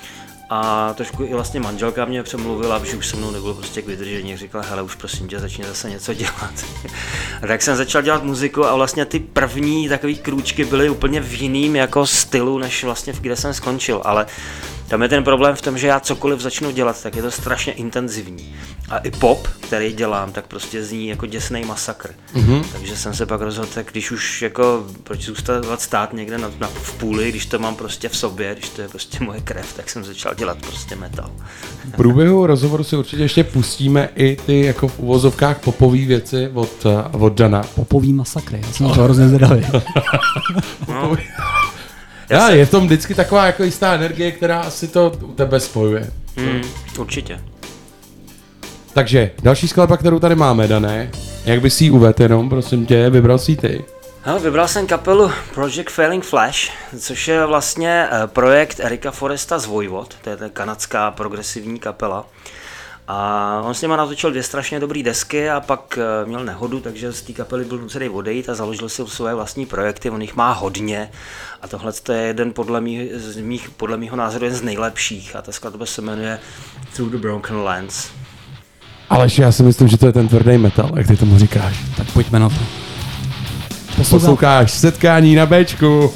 A trošku i vlastně manželka mě přemluvila, že už se mnou nebylo prostě k vydržení, říkala, hele, už prosím tě, začni zase něco dělat. A tak jsem začal dělat muziku a vlastně ty první takový krůčky byly úplně v jiným jako stylu, než vlastně kde jsem skončil, ale tam je ten problém v tom, že já cokoliv začnu dělat, tak je to strašně intenzivní. A i pop, který dělám, tak prostě zní jako děsnej masakr. Takže jsem se pak rozhodl, tak když už jako, proč zůstávat stát někde v půli, když to mám prostě v sobě, když to je prostě moje krev, tak jsem začal dělat prostě metal. V průběhu rozhovoru si určitě ještě pustíme i ty jako v uvozovkách popové věci od Dana. Popový masakry, já jsem na to hrozně zvědavý. No. Je v tom vždycky taková jako jistá energie, která asi to u tebe spojuje. Určitě. Takže další skladba, kterou tady máme, Dané, jak bys jí uvedl jenom, prosím tě, vybral jsi ty? Vybral jsem kapelu Project Failing Flash, což je vlastně projekt Erika Foresta z Voivod, to je ta kanadská progresivní kapela. A on s nima natočil 2 strašně dobrý desky a pak měl nehodu, takže z té kapely byl nucený odejít a založil si své vlastní projekty, on jich má hodně a tohle je jeden podle mýho názoru jeden z nejlepších a ta skladba se jmenuje Through the Broken Lands. Aleš, já si myslím, že to je ten tvrdý metal, jak ty tomu říkáš. Tak pojďme na to. Posloucháš Setkání na Bčku.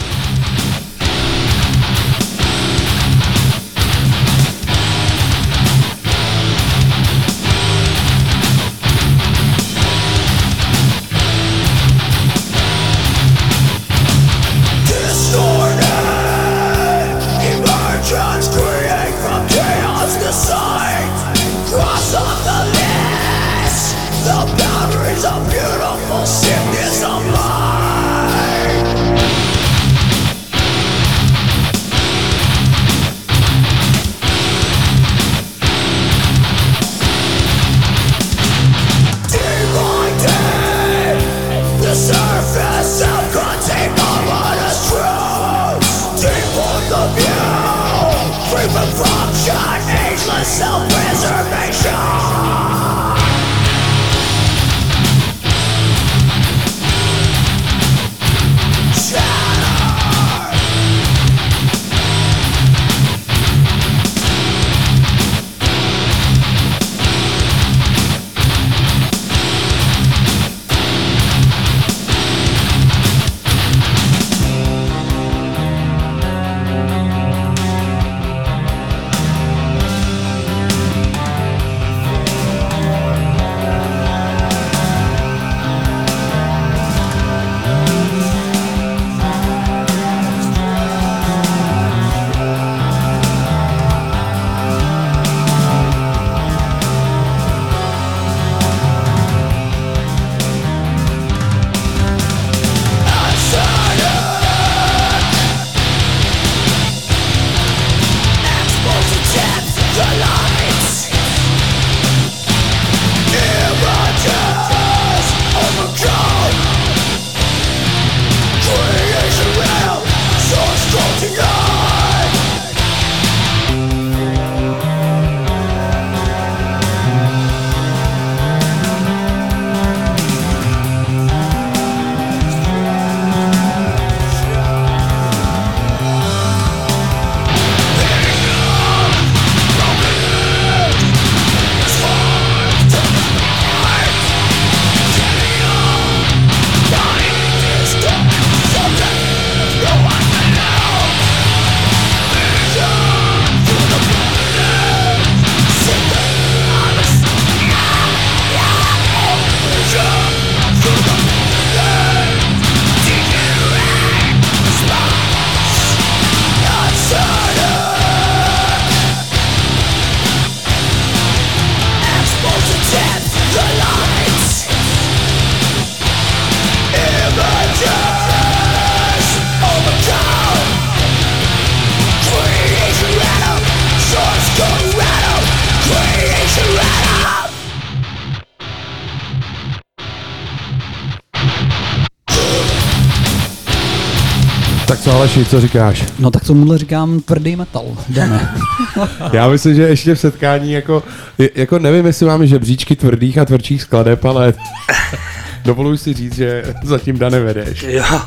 Co Aleši, co říkáš? No tak tomuhle říkám tvrdý metal, jdeme. Já myslím, že ještě v setkání jako nevím, jestli máme žebříčky tvrdých a tvrdších skladeb, ale dovoluji si říct, že zatím Dane vedeš. Jo,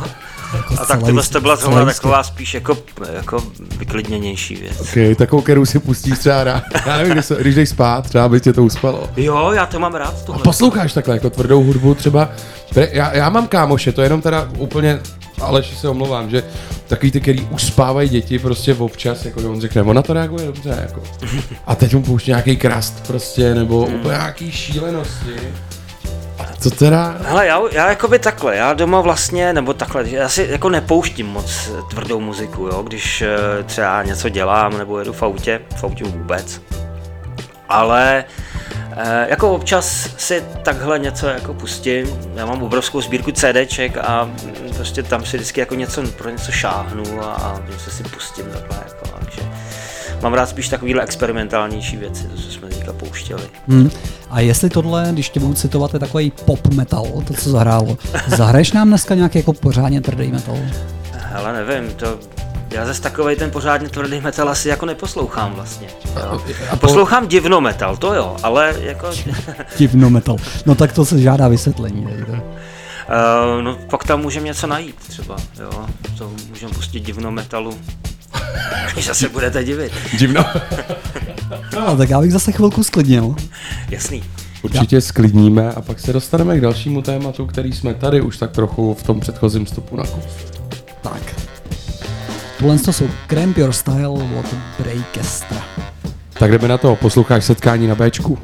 A tak to byla zrovna taková spíš jako vyklidněnější věc. Ok, takovou, kterou si pustíš třeba rád. Já nevím, když jdeš spát, třeba by tě to uspalo. Jo, já to mám rád. A posloucháš takhle jako tvrdou hudbu třeba? Já mám kámoše, to jenom teda úplně, Aleši se omlouvám, že takový ty, který uspávají děti prostě občas, jako on řekne, ona to reaguje dobře, jako. A teď mu pouští nějaký krast prostě, nebo úplně nějaký šílenosti. Co teda? Hele, já jakoby takhle, já doma vlastně, nebo takhle, já si jako nepouštím moc tvrdou muziku, jo, když třeba něco dělám, nebo jedu v autě vůbec. Ale jako občas si takhle něco jako pustím, já mám obrovskou sbírku CDček a prostě tam si vždycky jako pro něco šáhnu a něco si pustím takhle jako, takže mám rád spíš takovýhle experimentálnější věci, to co jsme teďka pouštěli. A jestli tohle, když tě budu citovat, je takový pop metal, to co zahrálo, zahraješ nám dneska nějaký jako pořádně tvrdý metal? Hele, nevím, já zase takovej ten pořádně tvrdý metal asi jako neposlouchám vlastně. Jo. Poslouchám divno metal, to jo, ale jako... Divno metal, no tak to se žádá vysvětlení. No pak tam můžeme něco najít třeba, jo, to můžeme pustit divno metalu. Když zase budete divit. Divno. No, tak já bych zase chvilku sklidnil. Jasný. Určitě sklidníme a pak se dostaneme k dalšímu tématu, který jsme tady už tak trochu v tom předchozím vstupu nakousli. Tak. Tohle jsou Cramp Your Style od Breakestra. Tak jdeme na to, posloucháš Setkání na Bčku.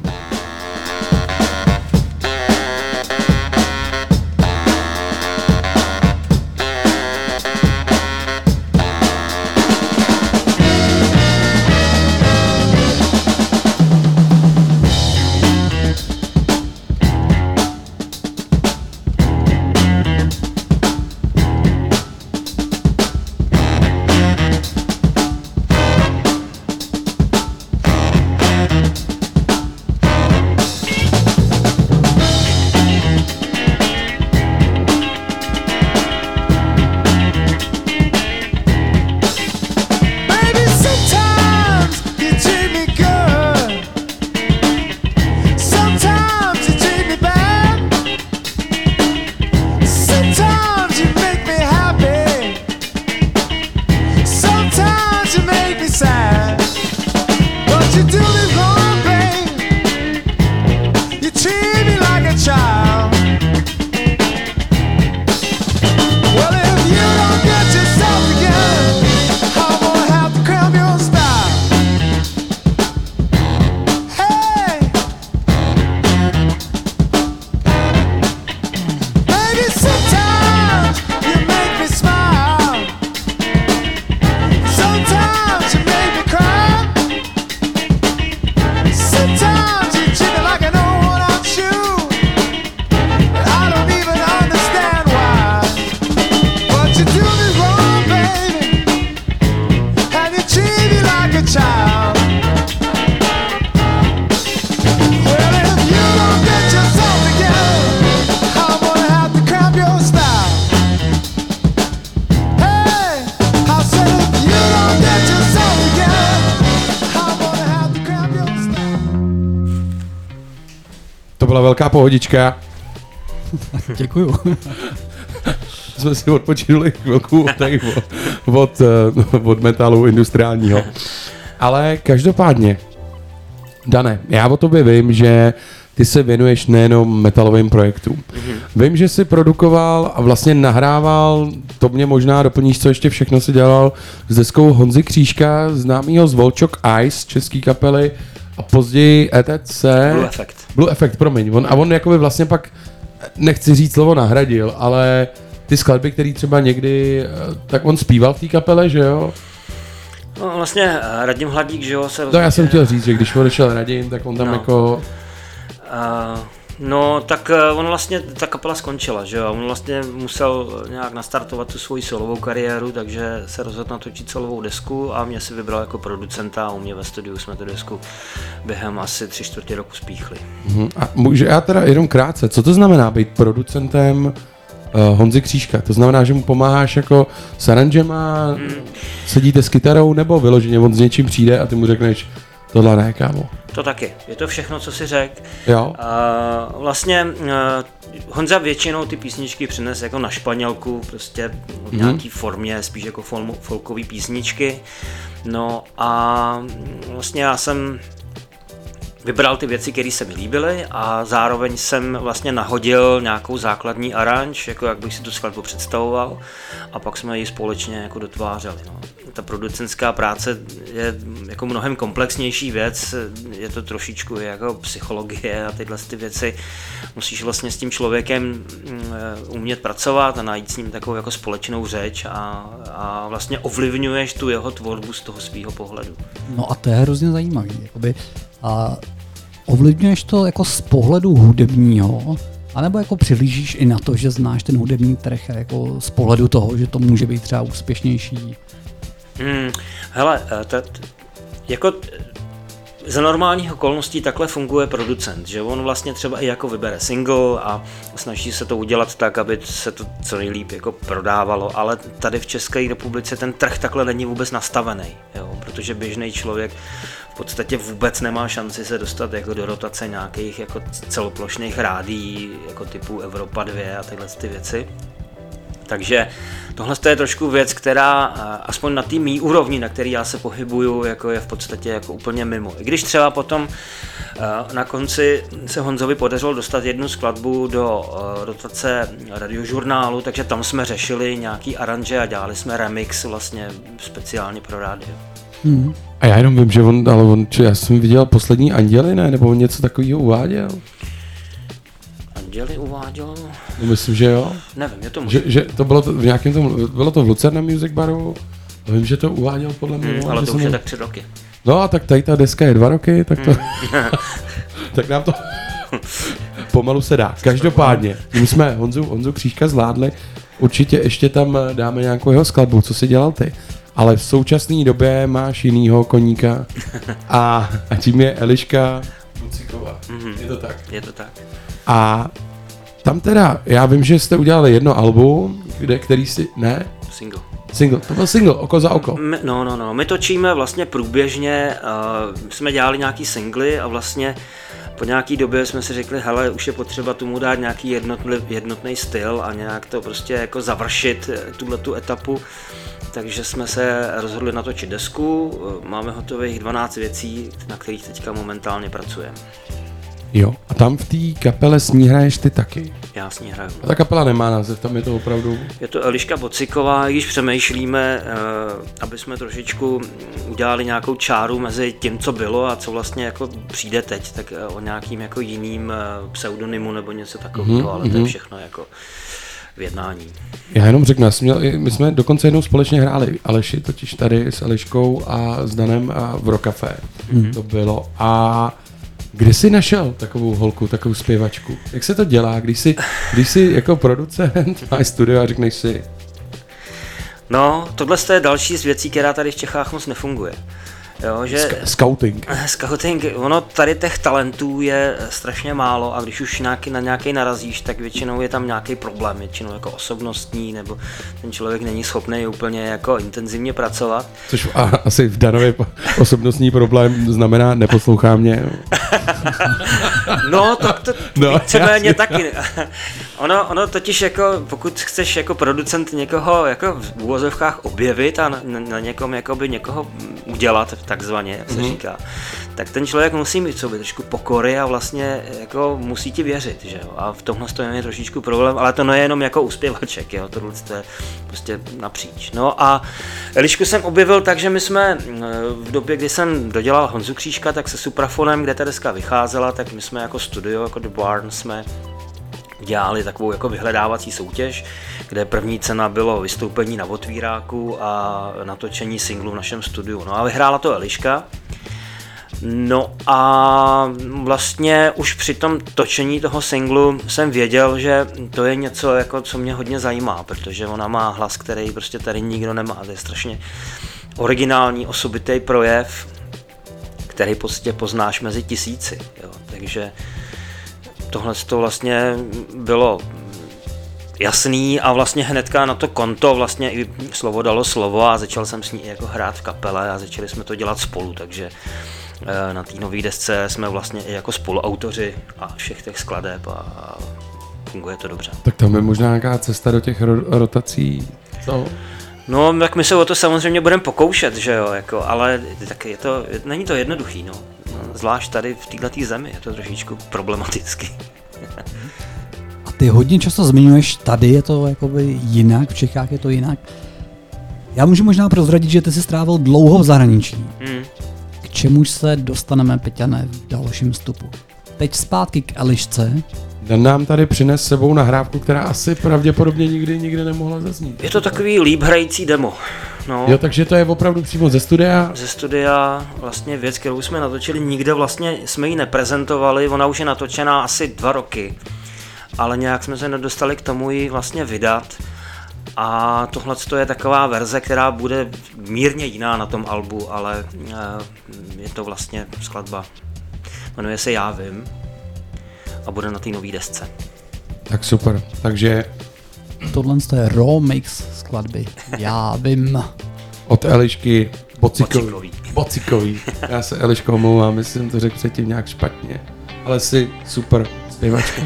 byla velká pohodička. Děkuju. Jsme si odpočinuli chvilku od metalu industriálního. Ale každopádně, Dane, já o tobě vím, že ty se věnuješ nejenom metalovým projektům. Mm-hmm. Vím, že jsi produkoval a vlastně nahrával, to mě možná doplníš, co ještě všechno si dělal s deskou Honzy Křížka, známýho z Volchok Ice, český kapely, a později ETC. Blue Effect, promiň. On jakoby vlastně pak, nechci říct slovo nahradil, ale ty skladby, který třeba někdy, tak on zpíval v té kapele, že jo? No vlastně Radim Hladík, že jo? To já jsem chtěl říct, že když odešel Radim, tak on tam jako... No, tak on vlastně, ta kapela skončila, že jo? On vlastně musel nějak nastartovat tu svoji solovou kariéru, takže se rozhodl natočit solovou desku a mě si vybral jako producenta a u mě ve studiu jsme tu desku během asi 3/4 roku spíchli. A může já teda jenom krátce, co to znamená být producentem Honzy Křížka? To znamená, že mu pomáháš jako s aranžema, sedíte s kytarou, nebo vyloženě on s něčím přijde a ty mu řekneš, Tohle ne, kámo. To taky. Je to všechno, co si řekl. Jo. Vlastně Honza většinou ty písničky přines jako na španělku, prostě v nějaký formě, spíš jako folkové písničky. No a vlastně já jsem vybral ty věci, které se mi líbily a zároveň jsem vlastně nahodil nějakou základní aranž, jako jak bych si tu skladbu představoval a pak jsme ji společně jako dotvářeli. No. Ta producentská práce je jako mnohem komplexnější věc, je to trošičku jako psychologie a tyhle ty věci. Musíš vlastně s tím člověkem umět pracovat a najít s ním takovou jako společnou řeč a vlastně ovlivňuješ tu jeho tvorbu z toho svého pohledu. No a to je hrozně zajímavý. Jakoby, a ovlivňuješ to jako z pohledu hudebního, anebo jako přihlížíš i na to, že znáš ten hudební trh jako z pohledu toho, že to může být třeba úspěšnější? Hele, jako za normálních okolností takhle funguje producent, že on vlastně třeba i jako vybere single a snaží se to udělat tak, aby se to co nejlíp jako prodávalo, ale tady v České republice ten trh takhle není vůbec nastavený, jo, protože běžný člověk v podstatě vůbec nemá šanci se dostat jako do rotace nějakých jako celoplošných rádií, jako typu Evropa 2 a tyhle ty věci. Takže tohle je trošku věc, která aspoň na té mý úrovni, na který já se pohybuju, jako je v podstatě jako úplně mimo. I když třeba potom na konci se Honzovi podařilo dostat jednu skladbu do rotace radiožurnálu, takže tam jsme řešili nějaký aranže a dělali jsme remix vlastně speciálně pro rádio. A já jenom vím, že já jsem viděl Poslední anděli, ne? Nebo on něco takového uváděl? Anděli uváděl? No, myslím, že jo. Nevím, je to možná. Že to bylo to v nějakém tom, bylo to v Lucerna Music Baru. A vím, že to uváděl podle mě. Ale to už je tak 3 roky. No a tak tady ta deska je 2 roky, tak to... tak nám to pomalu se dá. Každopádně, my jsme Honzu Křížka zvládli, určitě ještě tam dáme nějakou jeho skladbu, co jsi dělal ty. Ale v současné době máš jinýho koníka a tím je Eliška Buciková. Je to tak? Je to tak. A tam teda, já vím, že jste udělali jedno album, který si, ne? Single, to byl single, Oko za oko. No, my točíme vlastně průběžně, jsme dělali nějaký singly a vlastně po nějaký době jsme si řekli, hele, už je potřeba tomu dát nějaký jednotný styl a nějak to prostě jako završit tuhletu etapu. Takže jsme se rozhodli natočit desku, máme hotových 12 věcí, na kterých teďka momentálně pracujeme. Jo, a tam v té kapele s ní hraješ ty taky? Já s ní hraju. A ta kapela nemá název, tam je to opravdu... Je to Eliška Bociková, když přemýšlíme, aby jsme trošičku udělali nějakou čáru mezi tím, co bylo a co vlastně jako přijde teď, tak o nějakým jako jiným pseudonymu nebo něco takového, ale to je všechno jako v jednání. Já jenom řeknu, my jsme dokonce jednou společně hráli Aleši, totiž tady s Eliškou a s Danem a v Rock Café. To bylo. A kde jsi našel takovou holku, takovou zpěvačku? Jak se to dělá, když jsi jako producent, máš studio a řekneš si... No, tohle je další z věcí, která tady v Čechách moc nefunguje. Jo, že Scouting, ono tady těch talentů je strašně málo a když už na nějaký narazíš, tak většinou je tam nějaký problém, většinou jako osobnostní, nebo ten člověk není schopný úplně jako intenzivně pracovat. Což asi v Danově osobnostní problém znamená neposlouchá mě. No, to víceméně taky. Ono totiž jako, pokud chceš jako producent někoho jako v úvozovkách objevit a na někom jakoby někoho udělat, takzvaně, jak se říká, tak ten člověk musí mít v sobě trošku pokory a vlastně jako musí ti věřit, že jo. A v tomhle je trošičku problém, ale to nejenom jako u zpěvaček, jo, tohle je prostě napříč. No a Elišku jsem objevil tak, že my jsme v době, kdy jsem dodělal Honzu Křížka, tak se Suprafonem, kde ta deska vycházela, tak my jsme jako studio, jako The Barn, jsme dělali takovou jako vyhledávací soutěž, kde první cena bylo vystoupení na otvíráku a natočení singlu v našem studiu. No a vyhrála to Eliška. No a vlastně už při tom točení toho singlu jsem věděl, že to je něco, jako, co mě hodně zajímá, protože ona má hlas, který prostě tady nikdo nemá. To je strašně originální, osobitý projev, který prostě poznáš mezi tisíci. Jo. Takže tohle to vlastně bylo jasný a vlastně hnedka na to konto vlastně i slovo dalo slovo a začal jsem s ní jako hrát v kapele a začali jsme to dělat spolu, takže na té nové desce jsme vlastně i jako spoluautoři a všech těch skladeb a funguje to dobře. Tak tam je možná nějaká cesta do těch rotací, co? No, tak my se o to samozřejmě budeme pokoušet, že jo, jako, ale tak není to jednoduchý, no. Zvlášť tady v této zemi je to trošičku problematický. A ty hodně často zmiňuješ, tady je to jakoby jinak, v Čechách je to jinak. Já můžu možná prozradit, že ty jsi strávil dlouho v zahraničí. K čemuž se dostaneme, Peťane, v dalším vstupu. Teď zpátky k Elišce. Dan nám tady přines sebou nahrávku, která asi pravděpodobně nikdy nemohla zaznít. Je to takový líp hrající demo. No. Jo, takže to je opravdu přímo ze studia? Ze studia, vlastně věc, kterou jsme natočili, nikde vlastně jsme ji neprezentovali, ona už je natočená asi 2 roky, ale nějak jsme se nedostali k tomu ji vlastně vydat. A tohle je taková verze, která bude mírně jiná na tom albu, ale je to vlastně skladba, jmenuje se Já vím a bude na té nový desce. Tak super, takže... Tohle je raw mix skladby Já vím. Od Elišky Bocikový. Já se Eliško omlouvám, jestli jsem to řekl předtím nějak špatně, ale jsi super zpěvačka.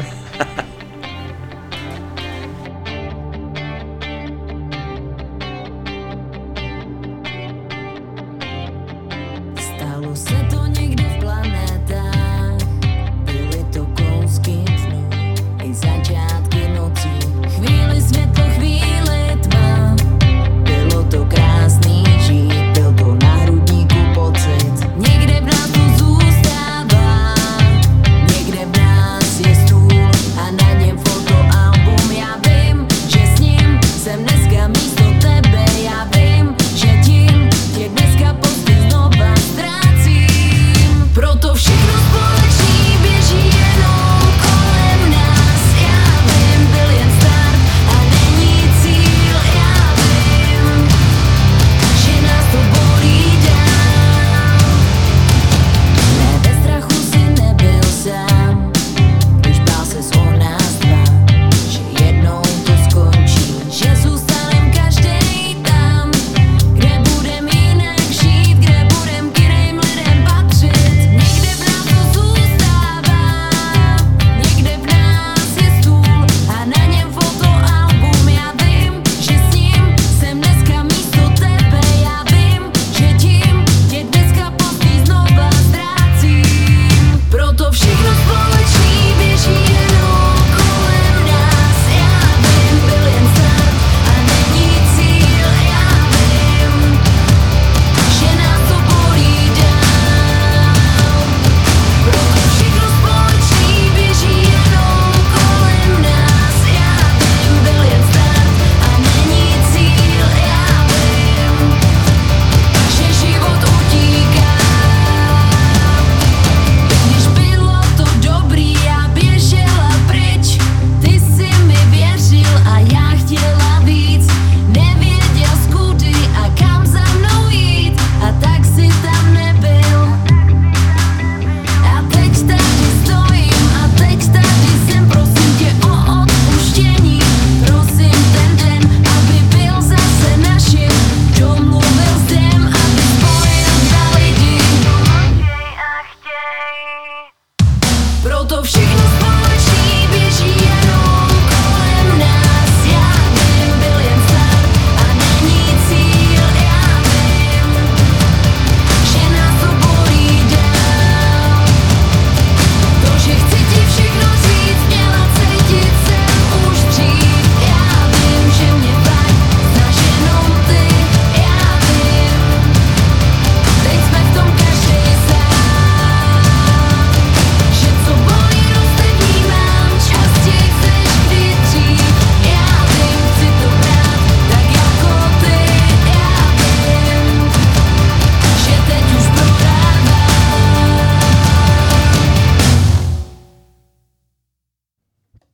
Stalo se to někde v planetách, byly to kousky dnů i začátky nocí. Chvíli světlo, chvíli tma, bylo to krásný žít, byl to na hrudníku pocit. Někde v nás to zůstává, někde v nás je stůl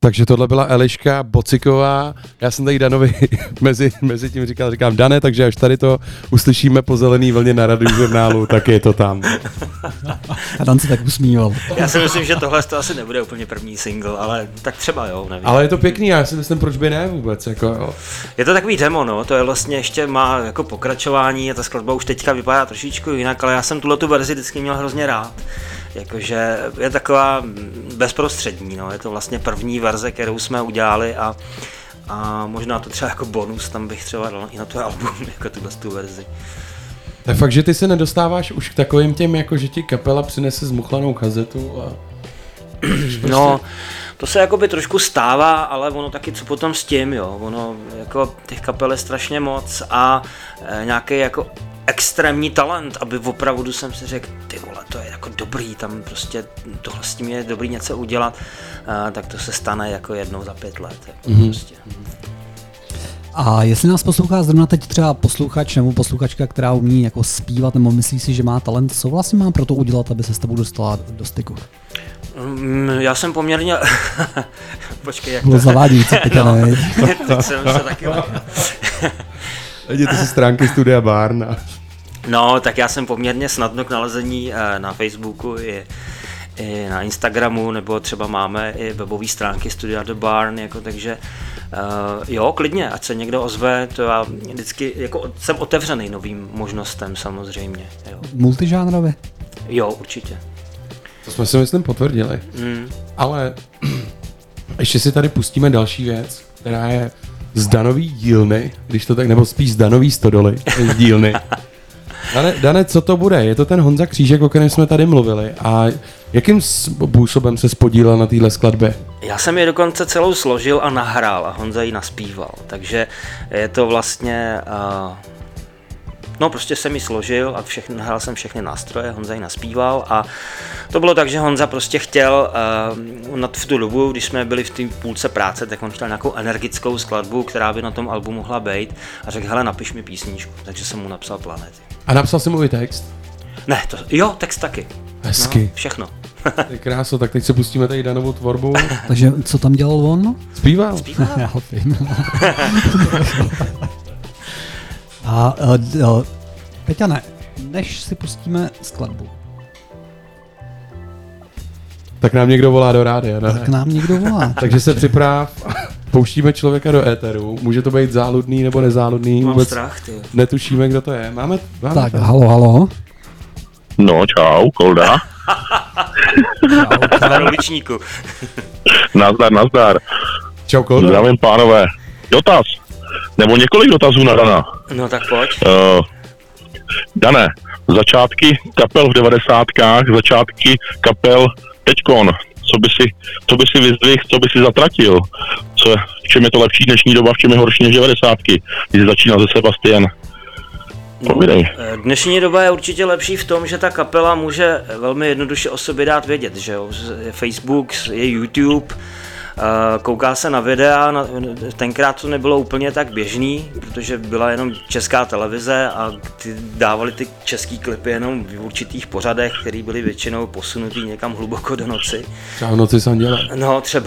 Takže tohle byla Eliška Bociková. Já jsem tady Danovi mezi tím říkám Dane, takže až tady to uslyšíme po zelený vlně na Radiožurnálu, tak je to tam. A Dan se tak usmíval. Já si myslím, že tohle to asi nebude úplně první single, ale tak třeba jo, nevím. Ale je to pěkný, já si myslím, proč by ne vůbec, jako jo. Je to takový demo, no, to je vlastně ještě má jako pokračování a ta skladba už teďka vypadá trošičku jinak, ale já jsem tu verzi vždycky měl hrozně rád. Jakože je taková bezprostřední, no, je to vlastně první verze, kterou jsme udělali a možná to třeba jako bonus, tam bych třeba dal i na tu album, jako tu verzi. To je fakt, že ty se nedostáváš už k takovým těm, jako že ti kapela přinese zmuchlanou kazetu a... No, to se jakoby trošku stává, ale ono taky co potom s tím, jo, ono jako těch kapel je strašně moc a nějaký jako extrémní talent, aby opravdu jsem si řekl, ty vole, to je jako dobrý, tam prostě tohle s tím je dobrý něco udělat, tak to se stane jako jednou za 5 let. Jako prostě. A jestli nás poslouchá zrovna teď třeba posluchač nebo posluchačka, která umí jako zpívat nebo myslí si, že má talent, co vlastně má pro to udělat, aby se s tebou dostala do styku? Já jsem poměrně... Počkej, jak bylo zavádějící, no, teď jsem se taky... Jděte si stránky Studia Barn. No, tak já jsem poměrně snadno k nalezení na Facebooku i na Instagramu, nebo třeba máme i webové stránky Studia The Barn, jako, takže jo, klidně, ať se někdo ozve, to já vždycky jako jsem otevřený novým možnostem samozřejmě. Jo. Multižánrově? Jo, určitě. To jsme si myslím potvrdili. Ale ještě si tady pustíme další věc, která je z Danový dílny, když to tak, nebo spíš z Danový stodoly, z dílny. Dane, co to bude? Je to ten Honza Křížek, o kterém jsme tady mluvili a jakým způsobem se podílel na téhle skladbě? Já jsem ji dokonce celou složil a nahrál a Honza ji naspíval, takže je to vlastně... No prostě jsem ji složil a nahrál jsem všechny nástroje, Honza ji naspíval a to bylo tak, že Honza prostě chtěl, v tu dobu, když jsme byli v té půlce práce, tak on chtěl nějakou energickou skladbu, která by na tom albu mohla být a řekl, hele, napiš mi písničku, takže jsem mu napsal Planety. A napsal jsi mu i text? Ne, jo, text taky. Hezky. No, všechno. Je kráso, tak teď se pustíme tady Danovou tvorbu. Takže co tam dělal on? Zpíval. Já ho vím. A Peťane, než si pustíme skladbu. Tak nám někdo volá do rádia, ne? Tak nám někdo volá. Takže se připrav, pouštíme člověka do éteru, může to být záludný nebo nezáludný, Mám vůbec strach, ty. netušíme, kdo to je. Máme tak, to. halo. No, čau, Kolda. Na uličníku. Nazdar. Čau, Kolda. Zdravím, pánové. Dotaz. Nebo několik dotazů na Dana. No tak pojď. Dane, začátky kapel v 90kách, začátky kapel teďkon. Co by si vyzdvihl, co by si zatratil? V čem je to lepší dnešní doba, v čem je horší než 90ky? Když jsi začínal ze Sebastian. Dnešní doba je určitě lepší v tom, že ta kapela může velmi jednoduše o sobě dát vědět, že jo? Je Facebook, je YouTube, kouká se na videa, tenkrát to nebylo úplně tak běžný, protože byla jenom česká televize a ty dávali ty český klipy jenom v určitých pořadech, které byly většinou posunutý někam hluboko do noci. Třeba v noci jsem dělal. No třeba.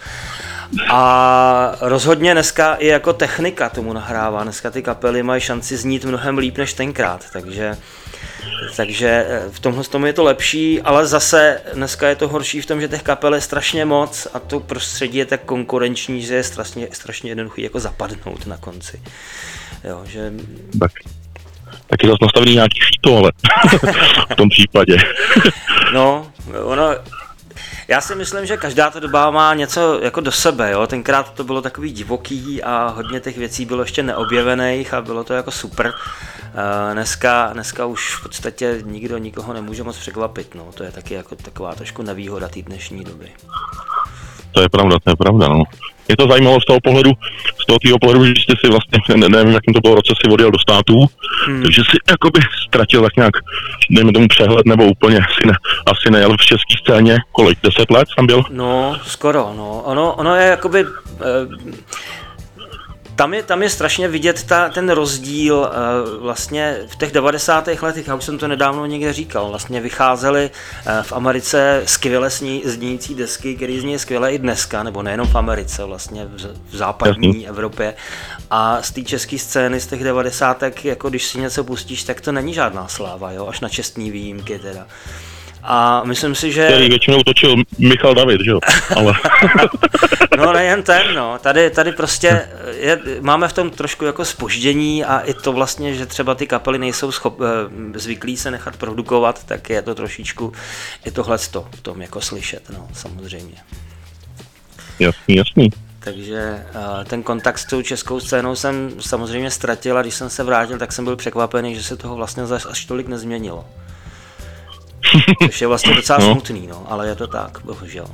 A rozhodně dneska i jako technika tomu nahrává, dneska ty kapely mají šanci znít mnohem líp než tenkrát, takže v tomhle tomu je to lepší, ale zase dneska je to horší v tom, že těch kapel je strašně moc a to prostředí je tak konkurenční, že je strašně jednoduchý jako zapadnout na konci. Jo, že... Tak je zase nastavený nějaký síto, ale v tom případě. No, já si myslím, že každá ta doba má něco jako do sebe, jo. Tenkrát to bylo takový divoký a hodně těch věcí bylo ještě neobjevených a bylo to jako super. Dneska už v podstatě nikdo nikoho nemůže moc překvapit, no. To je taky jako taková trošku nevýhoda té dnešní doby. To je pravda, no. Je to zajímavé z toho pohledu, že jste si vlastně, nevím, jakým to bylo roce, si odjel do států, takže si jakoby ztratil tak nějak, dejme tomu přehled, nebo úplně asi nejel v české scéně, kolik, 10 let tam byl? No, skoro, no. Ono je jakoby... Tam je strašně vidět ten rozdíl vlastně v těch 90. letech, já už jsem to nedávno někde říkal, vlastně vycházely v Americe skvěle znějící desky, které zní skvěle i dneska, nebo nejenom v Americe, vlastně v západní Evropě. A z té české scény z těch 90. jako když si něco pustíš, tak to není žádná sláva, jo? Až na čestný výjimky teda. A myslím si, že... Který většinou točil Michal David, že jo? Ale... No nejen ten, no. Tady prostě máme v tom trošku jako zpoždění a i to vlastně, že třeba ty kapely nejsou zvyklí se nechat produkovat, tak je to trošičku i tohleto v tom jako slyšet, no, samozřejmě. Jasný. Takže ten kontakt s tou českou scénou jsem samozřejmě ztratil a když jsem se vrátil, tak jsem byl překvapený, že se toho vlastně až tolik nezměnilo. Což je vlastně docela smutný, no, ale je to tak, bohužel.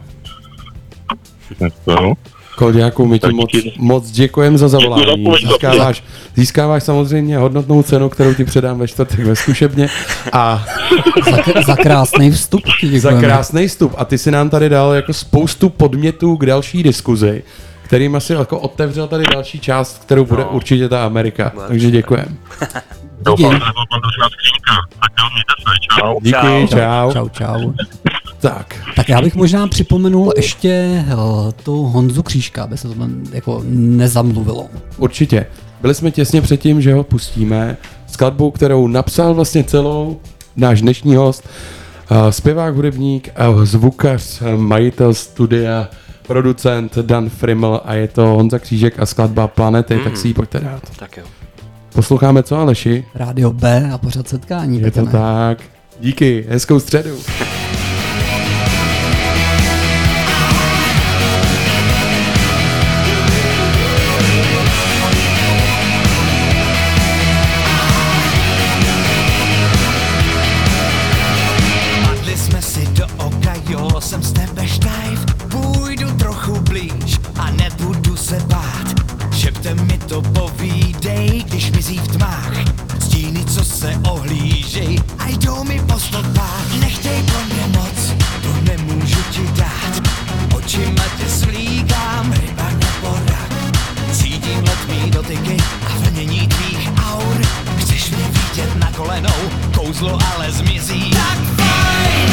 Kolďáku, my ti moc děkujeme za zavolání. Získáváš samozřejmě hodnotnou cenu, kterou ti předám ve čtvrtek ve zkušebně. A za krásný vstup. Za krásný vstup. A ty si nám tady dal jako spoustu podmětů k další diskuzi, kterým asi jako otevřel tady další část, kterou bude určitě ta Amerika. Takže děkujeme. Díky, čau. Tak já bych možná připomenul ještě tu Honzu Křížka, aby se to jako nezamluvilo. Určitě. Byli jsme těsně před tím, že ho pustíme. Skladbu, kterou napsal vlastně celou náš dnešní host, zpěvák, hudebník, zvukař, majitel studia, producent Dan Frimmel a je to Honza Křížek a skladba Planety, tak si ji pojďte dát. Tak jo. Posloucháme co, Aleši? Rádio B a pořad setkání. Je to tak. Díky, hezkou středu. Padli jsme si do oka, jo, jsem z tebe štajf. Půjdu trochu blíž a nebudu se bát. Šeptem mi to povídej, když mizí v tmách. Stíny, co se ohlížej a jdou mi po stopách. Nechtěj pro mě moc, to nemůžu ti dát. Očima tě slíkám, ryba nebo rak. Cítím letmý dotyky a vlnění tvých aur. Chceš mě vidět na kolenou, kouzlo ale zmizí. Tak fajn!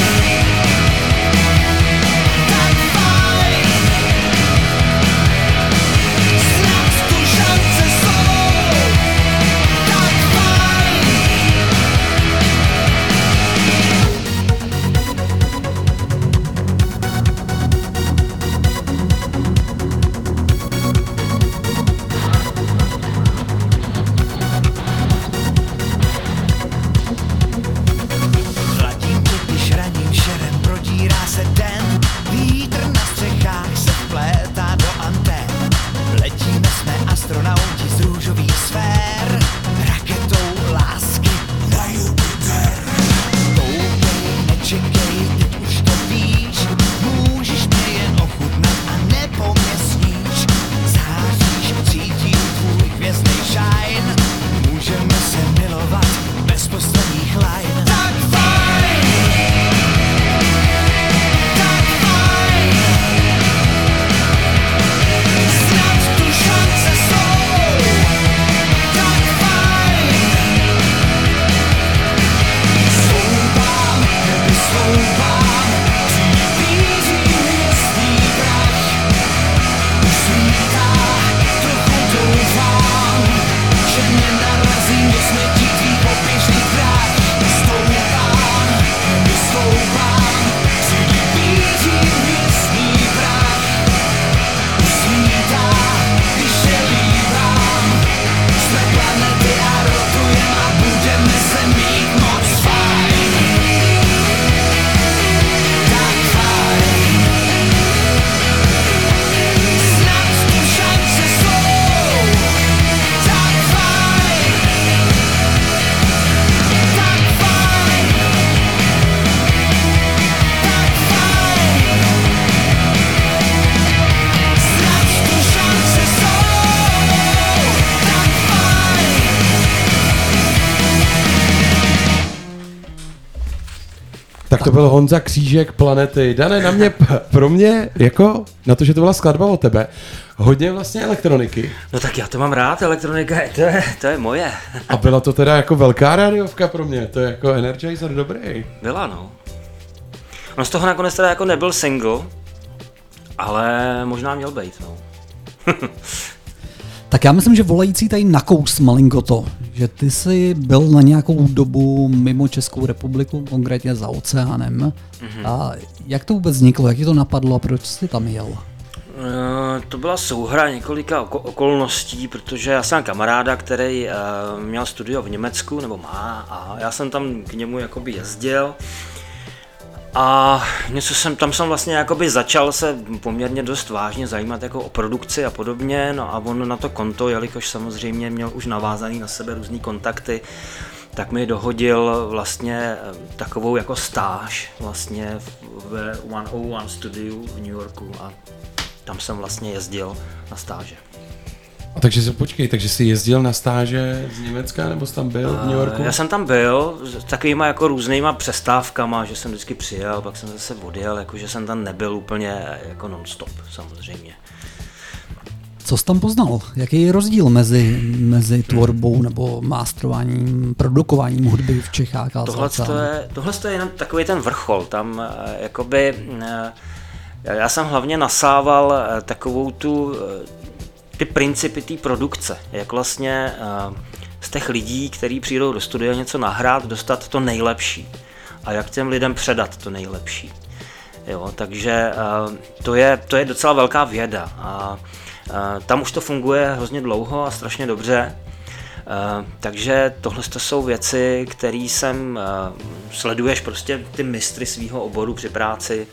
Tak to byl Honza Křížek, Planety. Dane, pro mě, jako na to, že to byla skladba o tebe, hodně vlastně elektroniky. No tak já to mám rád, elektronika, to je moje. A byla to teda jako velká rádiovka pro mě, to je jako Energizer dobrý. Byla, no. On z toho nakonec teda jako nebyl single, ale možná měl být, no. Tak já myslím, že volající tady nakous malinko to, že ty jsi byl na nějakou dobu mimo Českou republiku, konkrétně za oceánem. A jak to vůbec vzniklo, jak ti to napadlo a proč jsi tam jel? To byla souhra několika okolností, protože já jsem kamaráda, který měl studio v Německu, nebo má, a já jsem tam k němu jakoby jezdil. A tam jsem vlastně jakoby začal se poměrně dost vážně zajímat jako o produkci a podobně, no a on na to konto, jelikož samozřejmě měl už navázaný na sebe různý kontakty, tak mi dohodil vlastně takovou jako stáž vlastně v 101 studiu v New Yorku a tam jsem vlastně jezdil na stáže. A takže jsi jezdil na stáže z Německa, nebo jsi tam byl v New Yorku? Já jsem tam byl s takovýma jako různýma přestávkama, že jsem vždycky přijel, pak jsem zase odjel, jakože jsem tam nebyl úplně jako non-stop samozřejmě. Co jsi tam poznal? Jaký je rozdíl mezi tvorbou nebo masterováním, produkováním hudby v Čechách a Tohle je jenom takový ten vrchol, tam jakoby já jsem hlavně nasával takovou ty principy té produkce, jak vlastně z těch lidí, kteří přijdou do studia něco nahrát, dostat to nejlepší a jak těm lidem předat to nejlepší. Jo, takže to je docela velká věda a tam už to funguje hrozně dlouho a strašně dobře. Takže tohle jsou věci, které sleduješ prostě ty mistry svého oboru při práci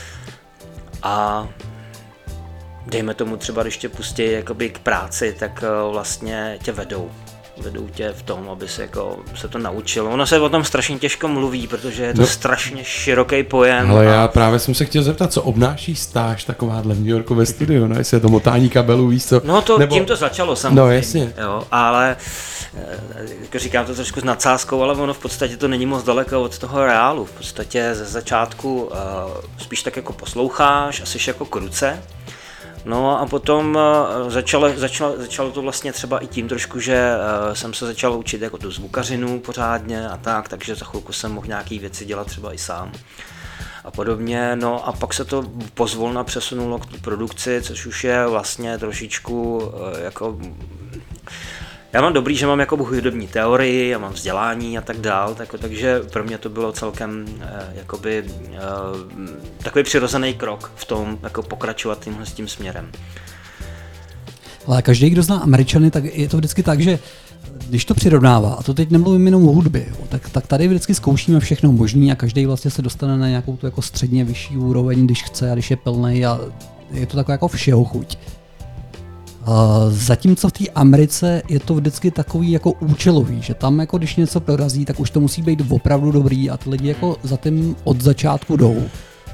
a dejme tomu třeba, když tě pustí jakoby k práci, tak vlastně tě vedou tě v tom, aby se to naučil. Ono se o tom strašně těžko mluví, protože je to strašně široký pojem. Ale já právě jsem se chtěl zeptat, co obnáší stáž takováhle v New Yorku ve studiu, no jestli je to motání kabelů, víš co? No tím to začalo samozřejmě. No jasně. Jo, ale jako říkám to trošku s nadsázkou, ale ono v podstatě to není moc daleko od toho reálu. V podstatě ze začátku spíš tak jako posloucháš a jsi jako k ruce. No a potom začalo to vlastně třeba i tím trošku, že jsem se začal učit jako tu zvukařinu pořádně a tak, takže za chvilku jsem mohl nějaký věci dělat třeba i sám a podobně. No a pak se to pozvolna přesunulo k té produkci, což už je vlastně trošičku jako... Já mám dobrý, že mám jako hudební teorii, já mám vzdělání a tak dál, takže pro mě to bylo celkem jakoby takový přirozený krok v tom, jako pokračovat s tím směrem. Ale každý, kdo zná Američany, tak je to vždycky tak, že když to přirovnává, a to teď nemluvím jenom o hudbě, tak tady vždycky zkoušíme všechno možný a každý vlastně se dostane na nějakou tu jako středně vyšší úroveň, když chce a když je plnej a je to takové jako všeho chuť. Zatímco v té Americe je to vždycky takový jako účelový, že tam jako když něco prorazí, tak už to musí být opravdu dobrý a ty lidi jako za tím od začátku jdou.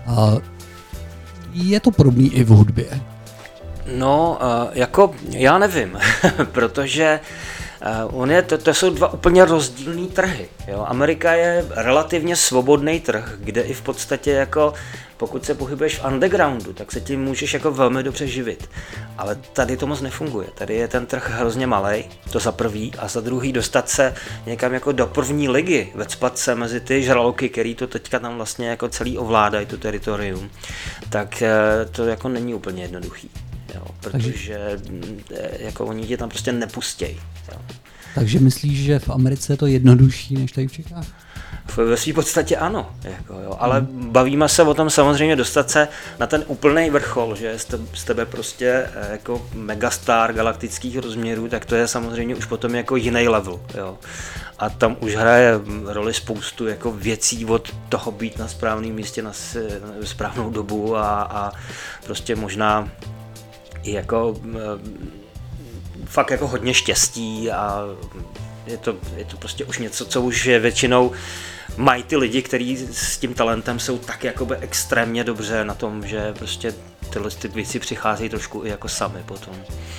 Je to podobný i v hudbě? No, jako já nevím, protože to jsou dva úplně rozdílný trhy. Jo? Amerika je relativně svobodný trh, kde i v podstatě jako pokud se pohybuješ v undergroundu, tak se tím můžeš jako velmi dobře živit. Ale tady to moc nefunguje. Tady je ten trh hrozně malej, to za prvý, a za druhý dostat se někam jako do první ligy, vecpat se mezi ty žraloky, který to teďka tam vlastně jako celý ovládají, to teritorium, tak to jako není úplně jednoduchý. Jo, protože jako oni tě tam prostě nepustějí. Takže myslíš, že v Americe je to jednodušší než tady v Čechách? Ve své podstatě ano, jako jo, ale bavíme se o tom samozřejmě dostat se na ten úplný vrchol, že z tebe prostě jako megastar galaktických rozměrů, tak to je samozřejmě už potom jako jiný level, jo. A tam už hraje roli spoustu jako věcí od toho být na správném místě na správnou dobu a prostě možná i jako fakt jako hodně štěstí a je to prostě už něco, co už je většinou mají ty lidi, kteří s tím talentem jsou tak jakoby extrémně dobře na tom, že prostě tyhle ty věci přicházejí trošku i jako sami potom.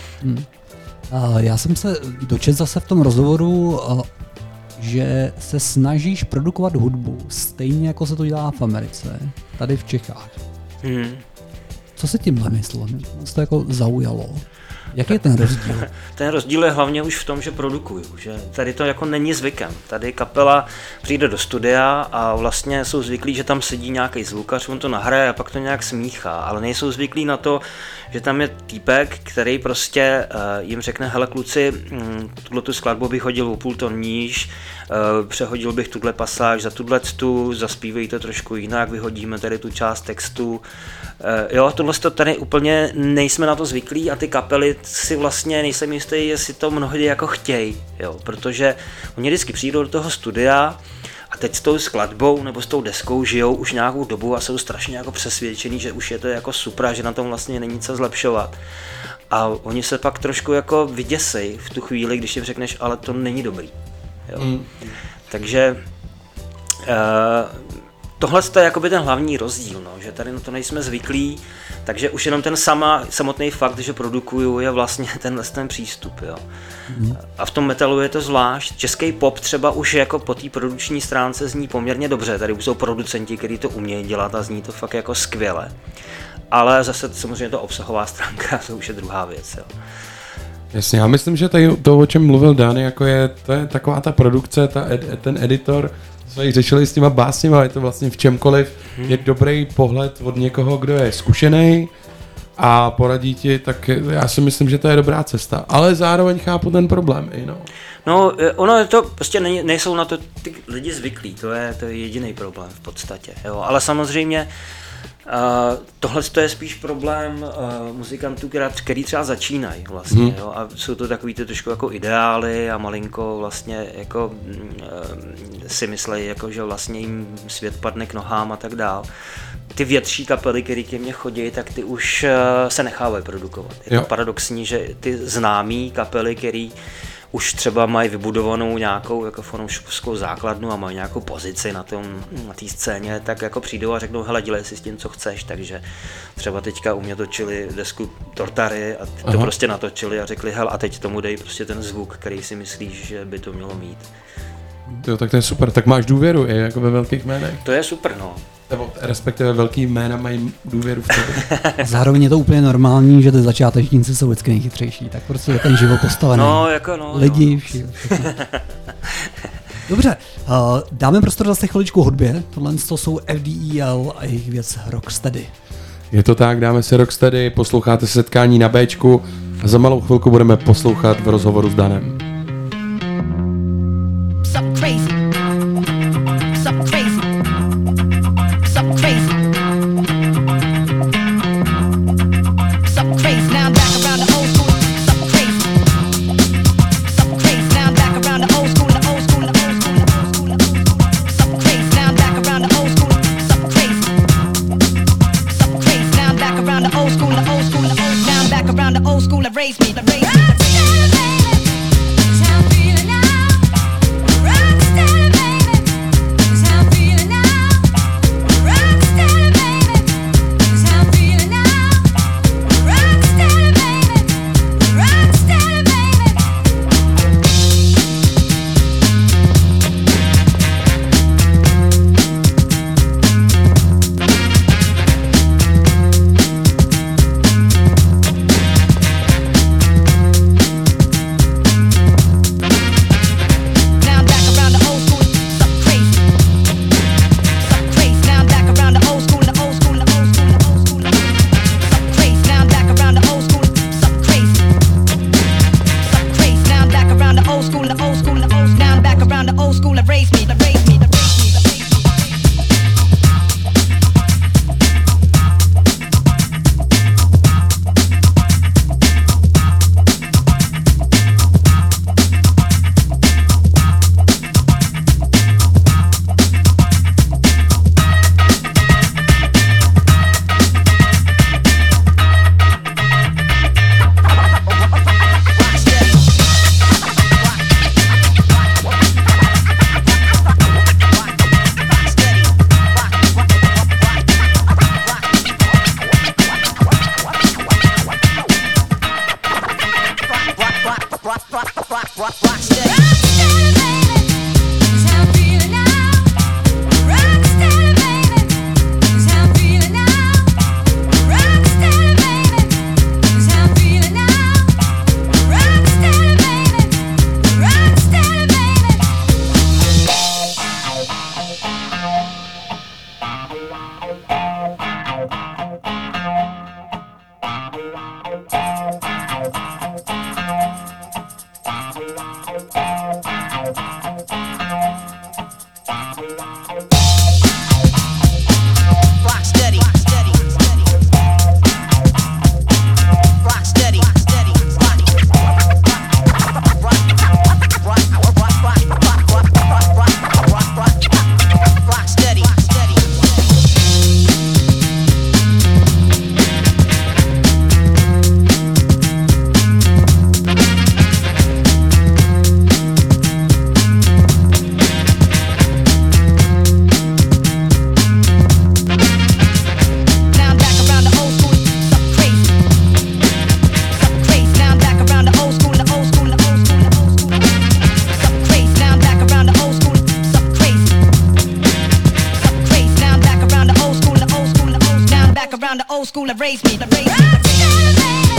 Já jsem se dočetl zase v tom rozhovoru, že se snažíš produkovat hudbu stejně jako se to dělá v Americe, tady v Čechách. Co se tímhle myslel? Mě to jako zaujalo. Jaký je ten rozdíl? Ten rozdíl je hlavně už v tom, že produkuju, že tady to jako není zvykem. Tady kapela přijde do studia a vlastně jsou zvyklí, že tam sedí nějaký zvukař, on to nahraje a pak to nějak smíchá, ale nejsou zvyklí na to, že tam je týpek, který prostě jim řekne, hele kluci, tuhletu skladbu bych hodil o půl tón níž, přehodil bych tuhle pasáž za tuhletu, zaspívej to trošku jinak, vyhodíme tady tu část textu. Jo, tohle to tady úplně nejsme na to zvyklí a ty kapely si vlastně nejsem jistý, jestli to mnohdy jako chtějí, jo, protože oni vždycky přijdou do toho studia a teď s tou skladbou nebo s tou deskou žijou už nějakou dobu a jsou strašně jako přesvědčení, že už je to jako super a že na tom vlastně není co zlepšovat. A oni se pak trošku jako vyděsej v tu chvíli, když jim řekneš, ale to není dobrý. Jo. Takže tohle je jakoby ten hlavní rozdíl, no, že tady na to nejsme zvyklí, takže už jenom ten samotný fakt, že produkuju, je vlastně ten přístup. Jo. A v tom metalu je to zvlášť. Český pop třeba už jako po té produční stránce zní poměrně dobře, tady už jsou producenti, kteří to umějí dělat a zní to fakt jako skvěle. Ale zase samozřejmě to obsahová stránka, to už je druhá věc. Jo. Jasně, já myslím, že tady to, o čem mluvil Dani, to je taková ta produkce, ten editor, jsme jich řešili s těma básněma, ale je to vlastně v čemkoliv, je dobrý pohled od někoho, kdo je zkušenej a poradí ti, tak já si myslím, že to je dobrá cesta, ale zároveň chápu ten problém i, no. No, ono je to, prostě nejsou na to ty lidi zvyklí, to je jediný problém v podstatě, jo, ale samozřejmě tohle je spíš problém muzikantů, který třeba začínají vlastně, jo, a jsou to takový ty trošku jako ideály a malinko vlastně jako si myslejí, jako, že vlastně jim svět padne k nohám a tak dál. Ty větší kapely, které ke mně chodí, tak ty už se nechávají produkovat. Je to paradoxní, že ty známý kapely, který už třeba mají vybudovanou nějakou jako fanouškovskou základnu a mají nějakou pozici na té scéně, tak jako přijdou a řeknou, hele, dělej si s tím, co chceš, takže třeba teďka u mě točili desku Tortary a to prostě natočili a řekli, hele, a teď tomu dej prostě ten zvuk, který si myslíš, že by to mělo mít. Jo, tak to je super, tak máš důvěru i jako ve velkých jménech. To je super, no. Nebo respektive velký jména mají důvěru v tebe. Zároveň je to úplně normální, že ty začátečníci jsou vždycky nejchytřejší, tak prostě je ten život postavený. No, jako no. Lidi, všichni. Dobře, dáme prostor zase chviličku hudbě. Tohle jsou FDEL a jejich věc Rocksteady. Je to tak, dáme si Rocksteady, posloucháte Setkání na Bčku a za malou chvilku budeme poslouchat v rozhovoru s Danem. old school that raised me, that raised me.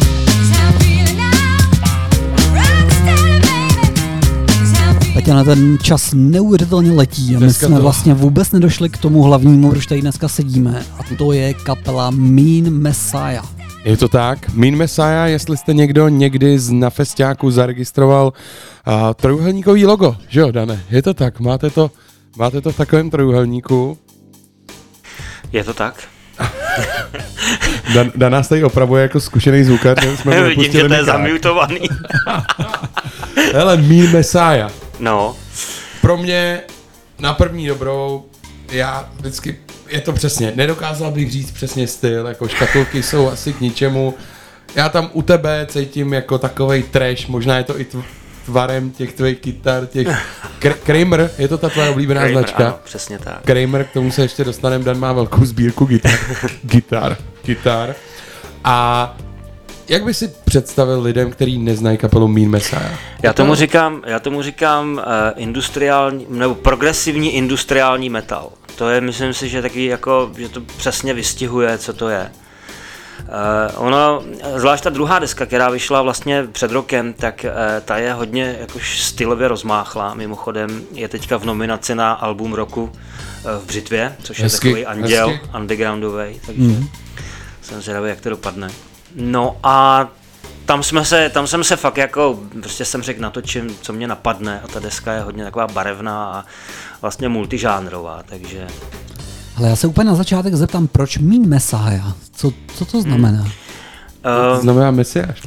Tatiana, ten čas neuvěřitelně letí a my jsme vlastně vůbec nedošli k tomu hlavnímu, proč tady dneska sedíme, a to je kapela Mean Messiah. Je to tak. Mean Messiah, jestli jste někdo někdy na festiáku zaregistroval trojúhelníkový logo, že jo, Dane? Je to tak, máte to v takovém trojúhelníku. Je to tak. Dan nás tady opravuje jako zkušený zvukař. Vidím, že to je zamutovaný. Hele, Mean Messiah. No. Pro mě na první dobrou, já vždycky, je to přesně, nedokázal bych říct přesně styl, jako škatulky jsou asi k ničemu. Já tam u tebe cítím jako takovej trash, možná je to i tvarem těch tvých kytar, těch... Kramer, je to ta tvoje oblíbená Kramer, značka? Ano, přesně tak. Kramer, k tomu se ještě dostaneme, Dan má velkou sbírku kytar. A jak by si představil lidem, kteří neznají kapelu Mean Messiah? Já tomu říkám industriální, nebo progresivní industriální metal. To je, myslím si, že taky jako, že to přesně vystihuje, co to je. Ono, zvlášť ta druhá deska, která vyšla vlastně před rokem, tak ta je hodně jakož stylově rozmáchlá. Mimochodem je teďka v nominaci na album roku v Břitvě, což je takový anděl undergroundový, takže jsem zvědavý, jak to dopadne. No a tam jsem se fakt jako, prostě jsem řekl na to, co mě napadne, a ta deska je hodně taková barevná a vlastně multižánrová, takže... Ale já se úplně na začátek zeptám, proč Mean Messiah? Co to znamená? To znamená Mesiáš.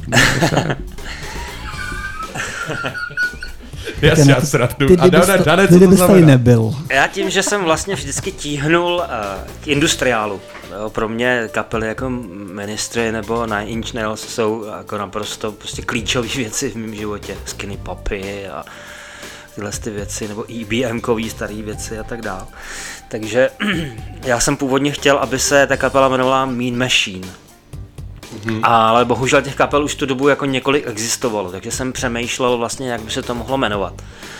Já sradu. Ty bys tady nebyl. Já tím, že jsem vlastně vždycky tíhnul k industriálu. Jo, pro mě kapely jako Ministry nebo Nine Inch Nails jsou jako naprosto prostě klíčové věci v mém životě. Skinny Puppy a tyhle ty věci, nebo EBM-kový staré věci a tak dál. Takže já jsem původně chtěl, aby se ta kapela jmenovala Mean Machine. Ale bohužel těch kapel už tu dobu jako několik existovalo, takže jsem přemýšlel vlastně, jak by se to mohlo jmenovat.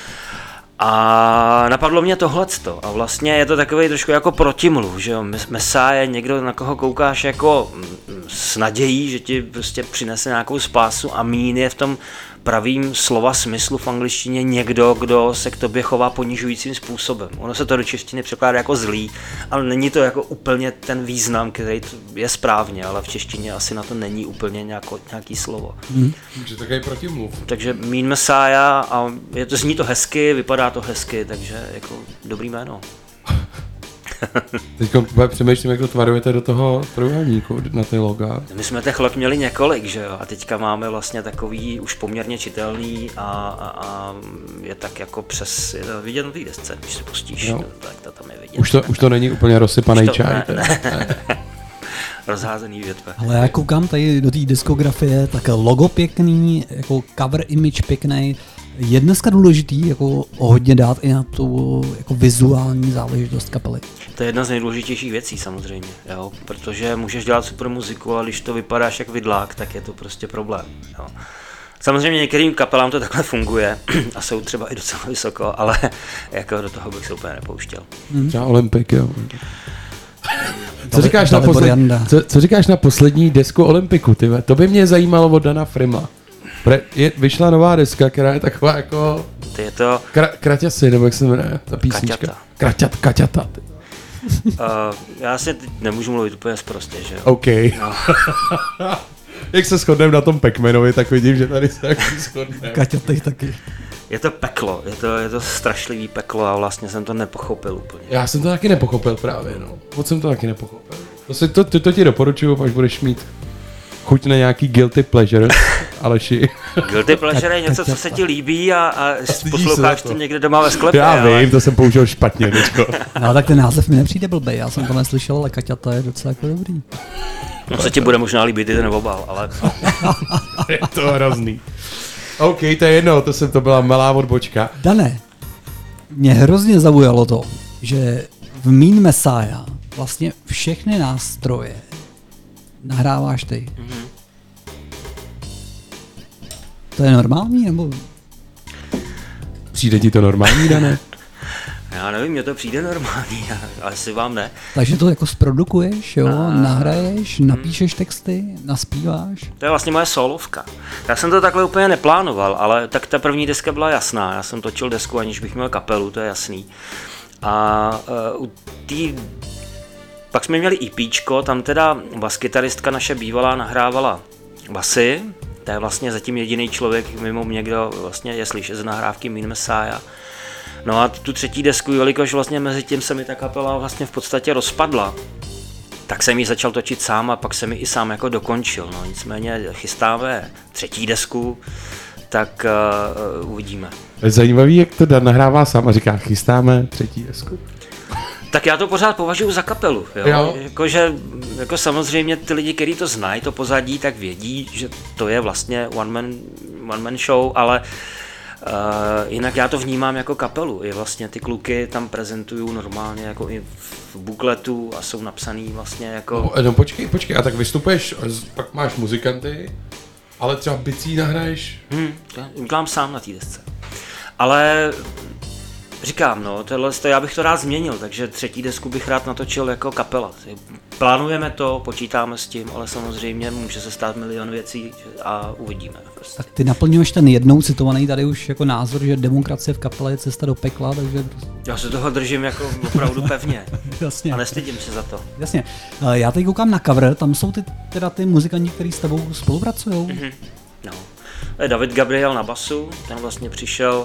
A napadlo mě tohleto a vlastně je to takový trošku jako protimluv, že jo, Messiah je někdo, na koho koukáš jako s nadějí, že ti prostě přinese nějakou spásu, a Mean je v tom pravým slova smyslu v angličtině někdo, kdo se k tobě chová ponižujícím způsobem. Ono se to do češtiny překládá jako zlý, ale není to jako úplně ten význam, který je správně, ale v češtině asi na to není úplně nějaký slovo. Takže takový protimluv. Takže Mean Messiah, a zní to hezky, vypadá to hezky, takže jako dobrý jméno. Teď přemýšlím, jak to tvarujete do toho trojúhelníku na ty loga. My jsme těch log měli několik, že jo, a teďka máme vlastně takový už poměrně čitelný a je tak jako je to vidět na té desce, když se pustíš, tak to tam je vidět. Už to není úplně rozsypaný čaj. Ne. Rozházený větve. Ale já koukám tady do té diskografie, tak logo pěkný, jako cover image pěkný. Je dneska důležitý jako hodně dát i na tu jako vizuální záležitost kapely. To je jedna z nejdůležitějších věcí samozřejmě, jo? Protože můžeš dělat super muziku, ale když to vypadáš jak vidlák, tak je to prostě problém. Jo? Samozřejmě některým kapelám to takhle funguje a jsou třeba i docela vysoko, ale jako do toho bych se úplně nepouštěl. Třeba Olympik, jo. Co říkáš na poslední desku Olympiku, ty? To by mě zajímalo od Dana Frimla. Vyšla nová deska, která je taková jako... Je to... Kraťasy, nebo jak se jmenuje ta písnička? Kaťata. Já si teď nemůžu mluvit úplně sprostě, že jo? OK. No. Jak se shodneme na tom Pac-Manovi, tak vidím, že tady se taky shodneme. Kaťatech taky. Je to peklo, je to strašlivý peklo a vlastně jsem to nepochopil úplně. Já jsem to taky nepochopil právě, no. Moc jsem to taky nepochopil. To ti doporučuju, až budeš mít chuť na nějaký guilty pleasure, Aleši. Guilty pleasure je něco, co se ti líbí a posloucháš to někde doma ve sklepě. Já vím, to jsem použil špatně teďko. No tak ten název mi nepřijde blbej, já jsem to neslyšel, ale Kaťata je docela jako dobrý. No se ti bude možná líbit i ten obal, ale... Je to hrozný. OK, to je jedno, to byla malá odbočka. Dane, mě hrozně zaujalo to, že v Mean Messiah vlastně všechny nástroje nahráváš ty. To je normální, nebo? Přijde ti to normální, Dane? Já nevím, mně to přijde normální, ale asi vám ne. Takže to jako zprodukuješ, jo, nahraješ, napíšeš texty, naspíváš? To je vlastně moje solovka. Já jsem to takhle úplně neplánoval, ale tak ta první deska byla jasná. Já jsem točil desku, aniž bych měl kapelu, to je jasný. A pak jsme měli EPčko, tam teda baskytaristka naše bývalá nahrávala basy. To je vlastně zatím jediný člověk mimo mě, kdo vlastně je slyšet z nahrávky Mean Messiah. No a tu třetí desku, jelikož vlastně mezi tím se mi ta kapela vlastně v podstatě rozpadla, tak jsem ji začal točit sám a pak jsem ji i sám jako dokončil. No, nicméně chystáme třetí desku, tak uvidíme. Je zajímavý, jak to Dan nahrává sám a říká, chystáme třetí desku. Tak já to pořád považuji za kapelu, jo? Jako samozřejmě ty lidi, kteří to znají, to pozadí, tak vědí, že to je vlastně one man show, ale jinak já to vnímám jako kapelu. I vlastně ty kluky tam prezentuju normálně jako i v bukletu a jsou napsaný vlastně jako... No počkej, a tak vystupuješ, pak máš muzikanty, ale třeba bicí nahraješ? Dělám sám na té desce. Ale říkám, no, já bych to rád změnil, takže třetí desku bych rád natočil jako kapela. Plánujeme to, počítáme s tím, ale samozřejmě může se stát milion věcí a uvidíme. Prostě. Tak ty naplňuješ ten jednou citovaný tady už jako názor, že demokracie v kapele je cesta do pekla, takže... Já se toho držím jako opravdu pevně. Jasně. A nestydím se za to. Jasně. Já teď koukám na cover, tam jsou ty muzikanti, kteří s tebou spolupracují. Mm-hmm. No. To je David Gabriel na basu, ten vlastně přišel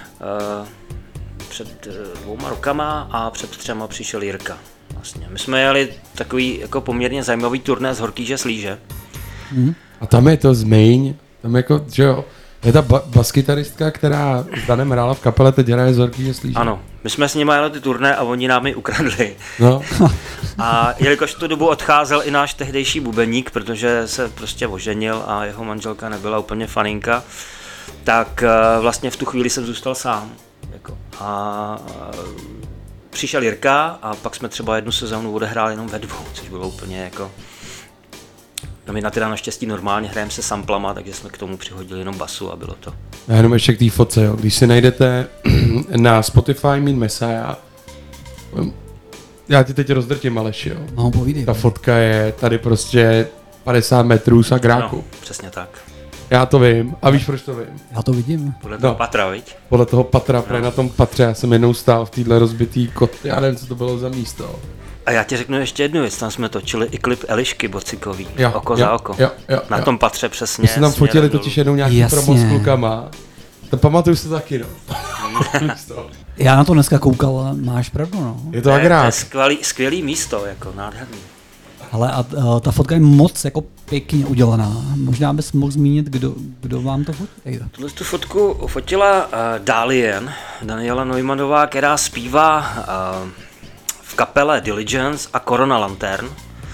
před 2 rokama a před 3 přišel Jirka. Vlastně. My jsme jeli takový jako poměrně zajímavý turné z Horkýže Slíže. A tam je to Zmeň, tam jako, že jo, je ta baskytaristka, která s Danem hrála v kapele, teď hraje z Horkýže Slíže. Ano, my jsme s nimi jeli ty turné a oni nám ji ukradli. No. A jelikož v tu dobu odcházel i náš tehdejší bubeník, protože se prostě oženil a jeho manželka nebyla úplně faninka, tak vlastně v tu chvíli jsem zůstal sám. Jako. A přišel Jirka a pak jsme třeba jednu sezónu odehráli jenom ve 2, což bylo úplně jako... No my teda naštěstí normálně hrajeme se samplama, takže jsme k tomu přihodili jenom basu a bylo to. A jenom ještě k té fotce, jo. Když si najdete na Spotify Mean Messiah, já ti teď rozdrtím, Aleši, jo. No, povídej. Ta fotka je tady prostě 50 metrů z agráku. No, přesně tak. Já to vím. A víš, proč to vím? Já to vidím. Podle toho patra, viď? Podle toho patra, no. Na tom patře. Já jsem jednou stál v téhle rozbitý já nevím, co to bylo za místo. A já ti řeknu ještě jednu věc, tam jsme točili i klip Elišky Bocikový, jo, Oko za oko. Jo, na tom patře přesně. My jsme tam fotili totiž jednou nějaký promo s klukama. To pamatuju si to taky, no. Já na to dneska koukal, máš pravdu, no. Je to agrák. To je skvělý místo, jako nádherný. Ale a ta fotka je moc jako pěkně udělaná. Možná bys mohl zmínit, kdo vám to fotí. Tu fotku fotila Daniela Neumannová, která zpívá v kapele Diligence a Corona Lantern.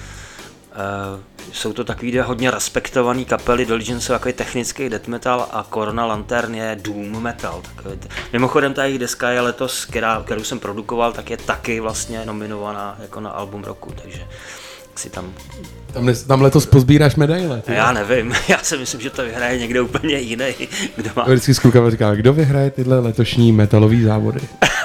Jsou to takový hodně respektovaný kapely. Diligence je takový technický death metal a Corona Lantern je doom metal. Mimochodem ta jejich deska je letos, kterou jsem produkoval, tak je taky vlastně nominovaná jako na album roku, takže si tam letos pozbíráš medaile. Já nevím, já si myslím, že to vyhraje někde úplně jiný. Kdo má... Vždycky s klukama říká, kdo vyhraje tyhle letošní metalový závody.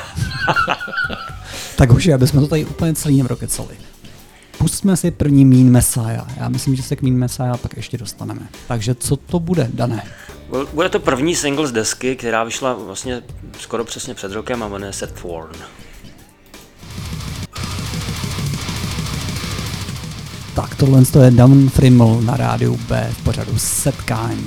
Tak hoši, aby jsme to tady úplně celý neprokecali. Pustíme si první Mean Messiah. Já myslím, že se k Mean Messiah pak ještě dostaneme. Takže co to bude, Dané? Bude to první single z desky, která vyšla vlastně skoro přesně před rokem a jmenuje se Thorn. Tak tohle je Dan Friml na rádiu B v pořadu Setkání.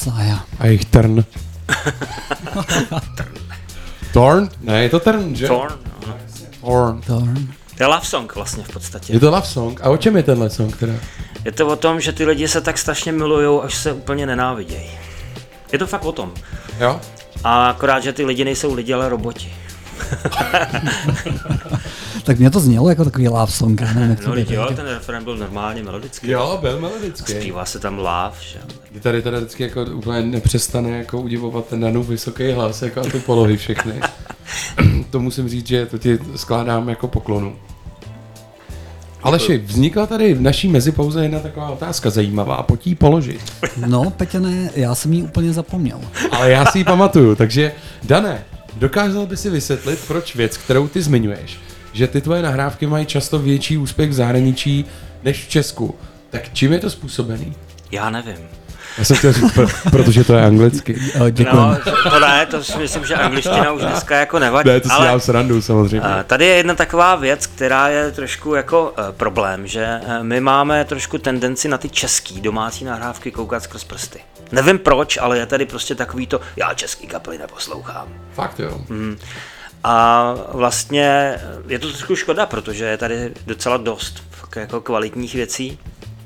Messiah. A jejich Trn. Thorn? Ne, je to Trn, že? Thorn. Thorn. Thorn. To je love song vlastně v podstatě. Je to love song. A o čem je tenhle song teda? Je to o tom, že ty lidi se tak strašně milujou, až se úplně nenávidějí. Je to fakt o tom. Jo? A akorát, že ty lidi nejsou lidi, ale roboti. Tak mě to znělo jako takový love song. No jo, ten referent byl normálně melodický. Jo, byl melodický. Zpívá se tam love, že? Tady teda vždycky jako úplně nepřestane jako udivovat ten Danu vysoký hlas jako a ty polohy všechny. To musím říct, že to ti skládám jako poklonu. Aleši, vznikla tady v naší mezipauze jedna taková otázka zajímavá, pojď jí položit. No, Petě, ne, já jsem ji úplně zapomněl. Ale já si ji pamatuju, takže Dané, dokázal by si vysvětlit, proč věc, kterou ty zmiňuješ, že ty tvoje nahrávky mají často větší úspěch v zahraničí než v Česku, tak čím je to způsobený? Já nevím. Já jsem chtěl říct, protože to je anglicky. Děkuji. No, to ne, to si myslím, že angličtina už dneska jako nevadí. Ne, to si dělám srandu samozřejmě. Tady je jedna taková věc, která je trošku jako problém, že my máme trošku tendenci na ty český domácí nahrávky koukat skrz prsty. Nevím proč, ale je tady prostě takový to, já český kapely neposlouchám. Fakt jo. A vlastně je to trošku škoda, protože je tady docela dost jako kvalitních věcí.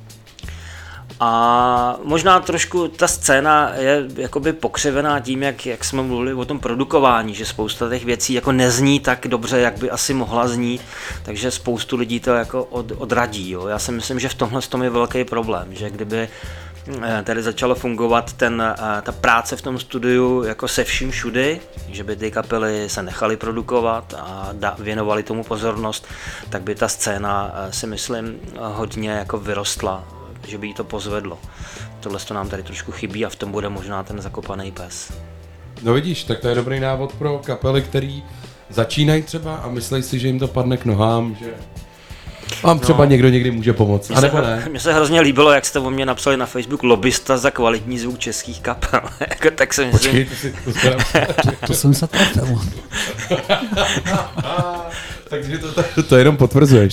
A možná trošku ta scéna je jakoby pokřivená tím, jak jsme mluvili o tom produkování, že spousta těch věcí jako nezní tak dobře, jak by asi mohla znít, takže spoustu lidí to jako odradí. Jo. Já si myslím, že v tomhle tom je velký problém, že kdyby tady začalo fungovat ta práce v tom studiu jako se vším všudy, že by ty kapely se nechaly produkovat a věnovali tomu pozornost, tak by ta scéna, si myslím, hodně jako vyrostla, že by jí to pozvedlo. Tohle to nám tady trošku chybí a v tom bude možná ten zakopaný pes. No vidíš, tak to je dobrý návod pro kapely, který začínají třeba a myslí si, že jim to padne k nohám, že vám třeba někdo někdy může pomoct, a nebo ne? Mně se hrozně líbilo, jak jste o mě napsali na Facebook lobista za kvalitní zvuk českých kapel. Jako, tak jsem Počkej, To jsem se trefil. Takže to jenom potvrzuješ,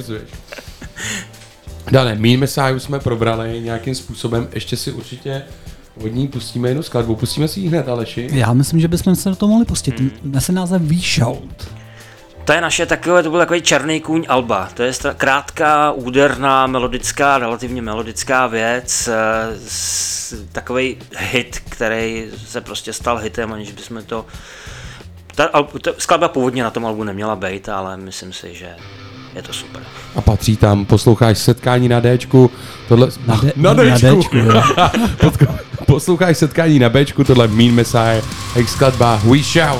Dále, Mean Messiah jsme probrali nějakým způsobem, ještě si určitě od ní pustíme jednu skladbu, pustíme si ji hned, Aleši. Já myslím, že bychom se do toho mohli pustit. Nese název We-Shout. To je naše takové, to byl takový černý kůň alba. To je krátká, úderná, melodická, relativně melodická věc. Takový hit, který se prostě stal hitem, aniž bychom to... Ta skladba původně na tom albu neměla být, ale myslím si, že je to super. A patří tam, posloucháš Setkání na Dčku, tohle... Na Dčku, jo. Posloucháš Setkání na Bčku, tohle Mean Messiah, jejich skladba We Shout.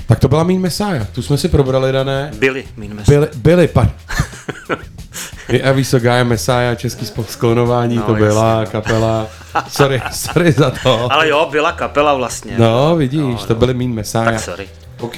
Tak to byla Mean Messiah, tu jsme si probrali, Dané. Billy Mean Messiah. Billy, a víš co, Gaia Messiah, český sklonování, to byla kapela. Sorry za to. Ale jo, byla kapela vlastně. No, vidíš, to byly Mean Messiah. Tak sorry. OK.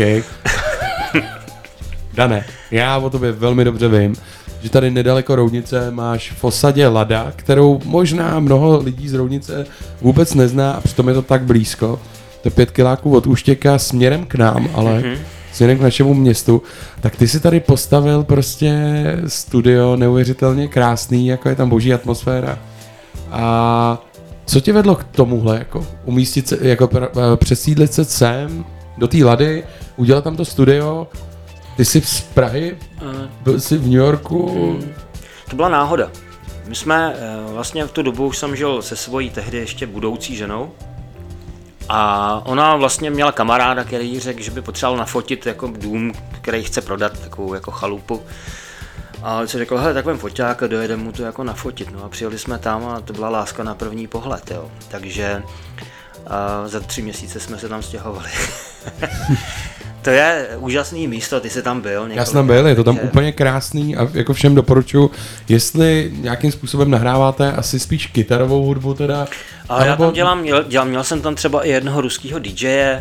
Dané, já o tobě velmi dobře vím, že tady nedaleko Roudnice máš v osadě Lada, kterou možná mnoho lidí z Roudnice vůbec nezná a přitom je to tak blízko. To 5 kiláků od Úštěka směrem k nám, ale směrem k našemu městu. Tak ty si tady postavil prostě studio neuvěřitelně krásný, jako je tam boží atmosféra. A co tě vedlo k tomuhle, jako umístit se, jako přesídlit se sem do té Lady, udělat tam to studio? Ty jsi z Prahy? Byl jsi v New Yorku? To byla náhoda. My jsme vlastně v tu dobu už jsem žil se svojí tehdy ještě budoucí ženou a ona vlastně měla kamaráda, který jí řekl, že by potřeboval nafotit jako dům, který chce prodat, takovou jako chalupu. A on si řekl, hele, tak vem foťák a dojedeme mu to jako nafotit. No a přijeli jsme tam a to byla láska na první pohled, jo. Takže za 3 měsíce jsme se tam stěhovali. To je úžasný místo, ty jsi tam byl. Já jsem tam byl, je to tam úplně krásný a jako všem doporučuji, jestli nějakým způsobem nahráváte asi spíš kytarovou hudbu teda. Ale já tam měl jsem tam třeba i jednoho ruského DJe,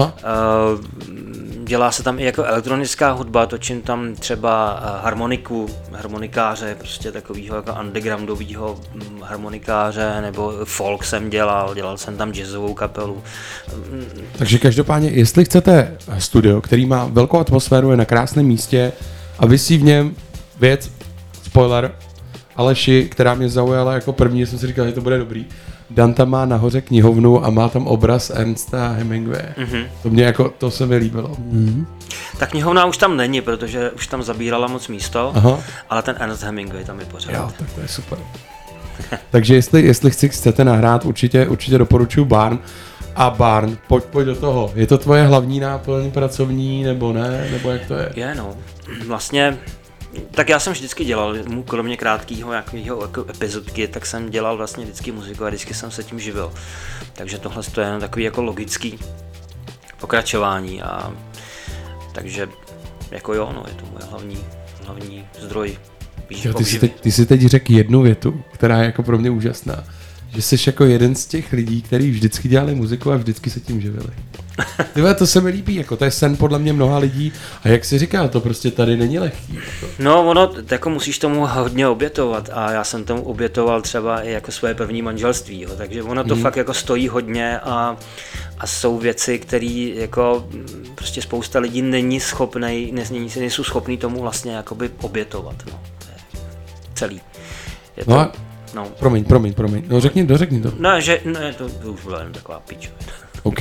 dělá se tam i jako elektronická hudba, točím tam třeba harmonikáře, prostě takovýho jako undergroundovýho harmonikáře, nebo folk jsem dělal jsem tam jazzovou kapelu. Takže každopádně, jestli chcete studio, který má velkou atmosféru, je na krásném místě a visí v něm věc, spoiler, Aleši, která mě zaujala jako první, jsem si říkal, že to bude dobrý. Dan tam má nahoře knihovnu a má tam obraz Ernsta Hemingwaye. To se mi líbilo. Ta knihovna už tam není, protože už tam zabírala moc místo, ale ten Ernst Hemingway tam je pořád. Jo, tak to je super. Takže jestli chcete nahrát, určitě doporučuji Barn. A Barn, pojď do toho. Je to tvoje hlavní náplň pracovní, nebo ne? Nebo jak to je? Je, no. Vlastně, tak já jsem vždycky dělal, kromě krátkého jako epizodky, tak jsem dělal vlastně vždycky muziku a vždycky jsem se tím živil. Takže tohle je jen takový jako logický pokračování a takže jako jo, no, je to můj hlavní zdroj. Ty si teď řekl jednu větu, která je jako pro mě úžasná. Že jsi jako jeden z těch lidí, kteří vždycky dělali muziku a vždycky se tím živili. Tyhle, to se mi líbí, jako to je sen podle mě mnoha lidí a jak jsi říkal, to prostě tady není lehký. Jako. No ono, jako musíš tomu hodně obětovat a já jsem tomu obětoval třeba i jako své první manželství, jo, takže ono to fakt jako stojí hodně a jsou věci, které jako prostě spousta lidí nejsou schopný tomu vlastně jakoby obětovat, no, to je celý. Je to, no. Promiň. No řekni to. Ne, to už byla jen taková pičovina. OK.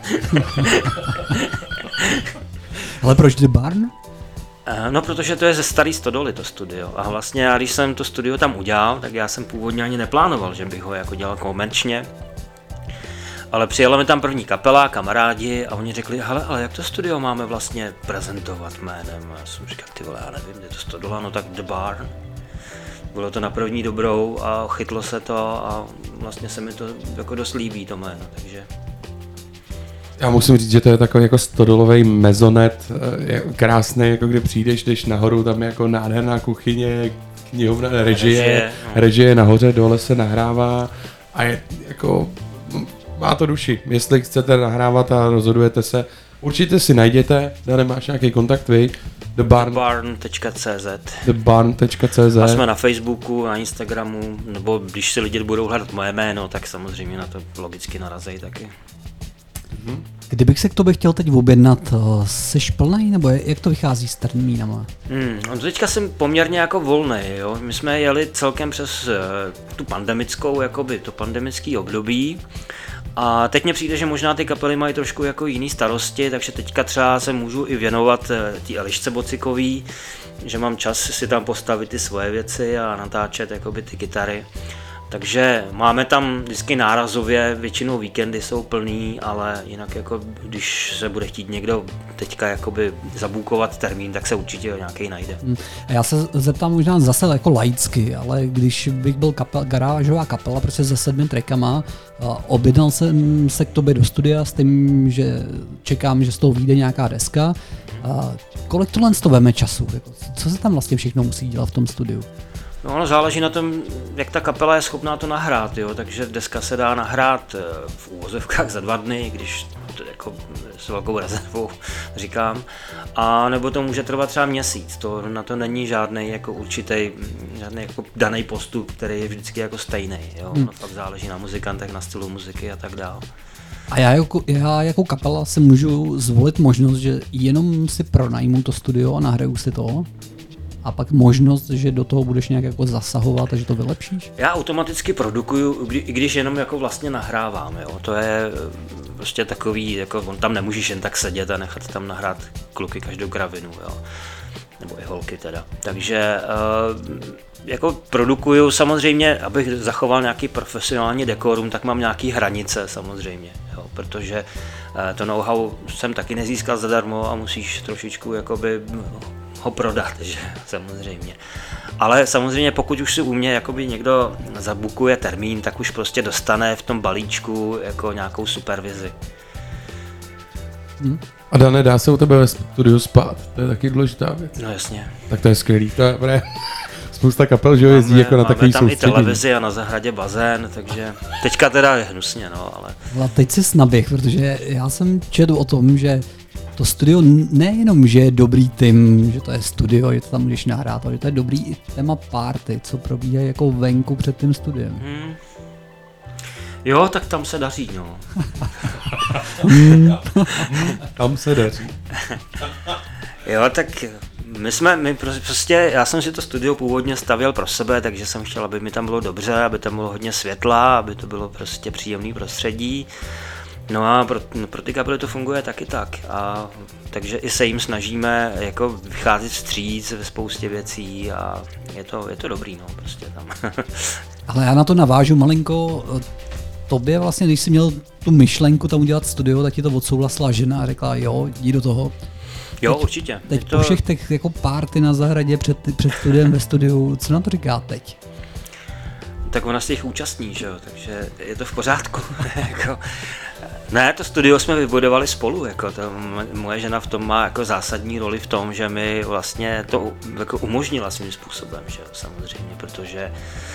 Ale proč The Barn? No, protože to je ze starý stodoly to studio a vlastně já, když jsem to studio tam udělal, tak já jsem původně ani neplánoval, že bych ho jako dělal komerčně. Ale přijela mi tam první kapela, kamarádi a oni řekli, hele, ale jak to studio máme vlastně prezentovat jménem? A já jsem říkal, ty vole, já nevím, je to stodola, no tak The Barn. Bylo to na první dobrou a chytlo se to a vlastně se mi to jako dost líbí to jméno, takže... Já musím říct, že to je takový jako stodolovej mezonet, krásný, jako kdy přijdeš, jdeš nahoru, tam je jako nádherná kuchyně, knihovna, režie nahoře, dole se nahrává a je jako... Má to duši, jestli chcete nahrávat a rozhodujete se, určitě si najděte, nemáš nějaký kontakt, vy, thebarn.cz thebarn.cz A jsme na Facebooku, na Instagramu, nebo když si lidi budou hledat moje jméno, tak samozřejmě na to logicky narazí taky. Kdybych se k tobě chtěl teď objednat, jsi plnej, nebo jak to vychází s termínama? No teďka jsem poměrně jako volnej, jo. My jsme jeli celkem přes tu pandemickou, jakoby to pandemický období. A teď mně přijde, že možná ty kapely mají trošku jako jiný starosti, takže teďka třeba se můžu i věnovat té Elišce Bocikový, že mám čas si tam postavit ty svoje věci a natáčet jakoby ty kytary. Takže máme tam vždycky nárazově, většinou víkendy jsou plný, ale jinak jako když se bude chtít někdo teďka jakoby zabukovat termín, tak se určitě nějaký najde. A já se zeptám možná zase jako laicky, ale když bych byl garážová kapela prostě se 7 trackama, objednal jsem se k tobě do studia s tím, že čekám, že z toho vyjde nějaká deska. Kolik tohle to veme času? Co se tam vlastně všechno musí dělat v tom studiu? No, ono záleží na tom, jak ta kapela je schopná to nahrát, jo? Takže deska se dá nahrát v úvozovkách za 2 dny, když to jako s velkou rezervou říkám, a nebo to může trvat třeba měsíc, na to není žádný jako určitý, žádný jako daný postup, který je vždycky jako stejný, jo? No, fakt záleží na muzikantech, na stylu muziky a tak dále. A já jako kapela si můžu zvolit možnost, že jenom si pronajmu to studio a nahraju si to? A pak možnost, že do toho budeš nějak jako zasahovat a že to vylepšíš? Já automaticky produkuju, i když jenom jako vlastně nahrávám, jo. To je prostě takový, jako on tam nemůžeš jen tak sedět a nechat tam nahrát kluky každou kravinu, jo. Nebo i holky teda. Takže jako produkuju samozřejmě, abych zachoval nějaký profesionální dekorum, tak mám nějaký hranice samozřejmě, jo. Protože to know-how jsem taky nezískal zadarmo a musíš trošičku jakoby ho prodat, že samozřejmě. Ale samozřejmě pokud už si u mě jakoby někdo zabukuje termín, tak už prostě dostane v tom balíčku jako nějakou supervizi. A Dane, dá se u tebe ve studiu spát? To je taky důležitá věc. No jasně. Tak to je skvělý, to je dobré. Spousta kapel, že jezdí jako na takový soustředění. Máme tam i televizi a na zahradě bazén, takže teďka teda je hnusně, no, ale... A teď si naběh, protože já jsem četl o tom, že to studio nejenom, že je dobrý tým, že to je studio, že to tam můžeš nahrát, ale že to je dobrý i téma party, co probíhají jako venku před tím studiem. Jo, tak tam se daří, no. Tam se daří. Jo, tak my prostě, já jsem si to studio původně stavěl pro sebe, takže jsem chtěl, aby mi tam bylo dobře, aby tam bylo hodně světla, aby to bylo prostě příjemný prostředí. No a pro ty kapely to funguje taky tak, a takže i se jim snažíme jako vycházet vstříc ve spoustě věcí a je to dobrý, no, prostě tam. Ale já na to navážu malinko, tobě vlastně, když jsi měl tu myšlenku tam udělat studio, tak ti to odsouhlasila žena a řekla jo, jdi do toho. Jo, určitě. Teď po všech těch jako party na zahradě před studiem ve studiu, co na to říká teď? Tak ona se jich účastní, že jo, takže je to v pořádku. Ne, to studio jsme vybudovali spolu, jako to, moje žena v tom má jako zásadní roli v tom, že mi vlastně to jako umožnila svým způsobem, že jo, samozřejmě, protože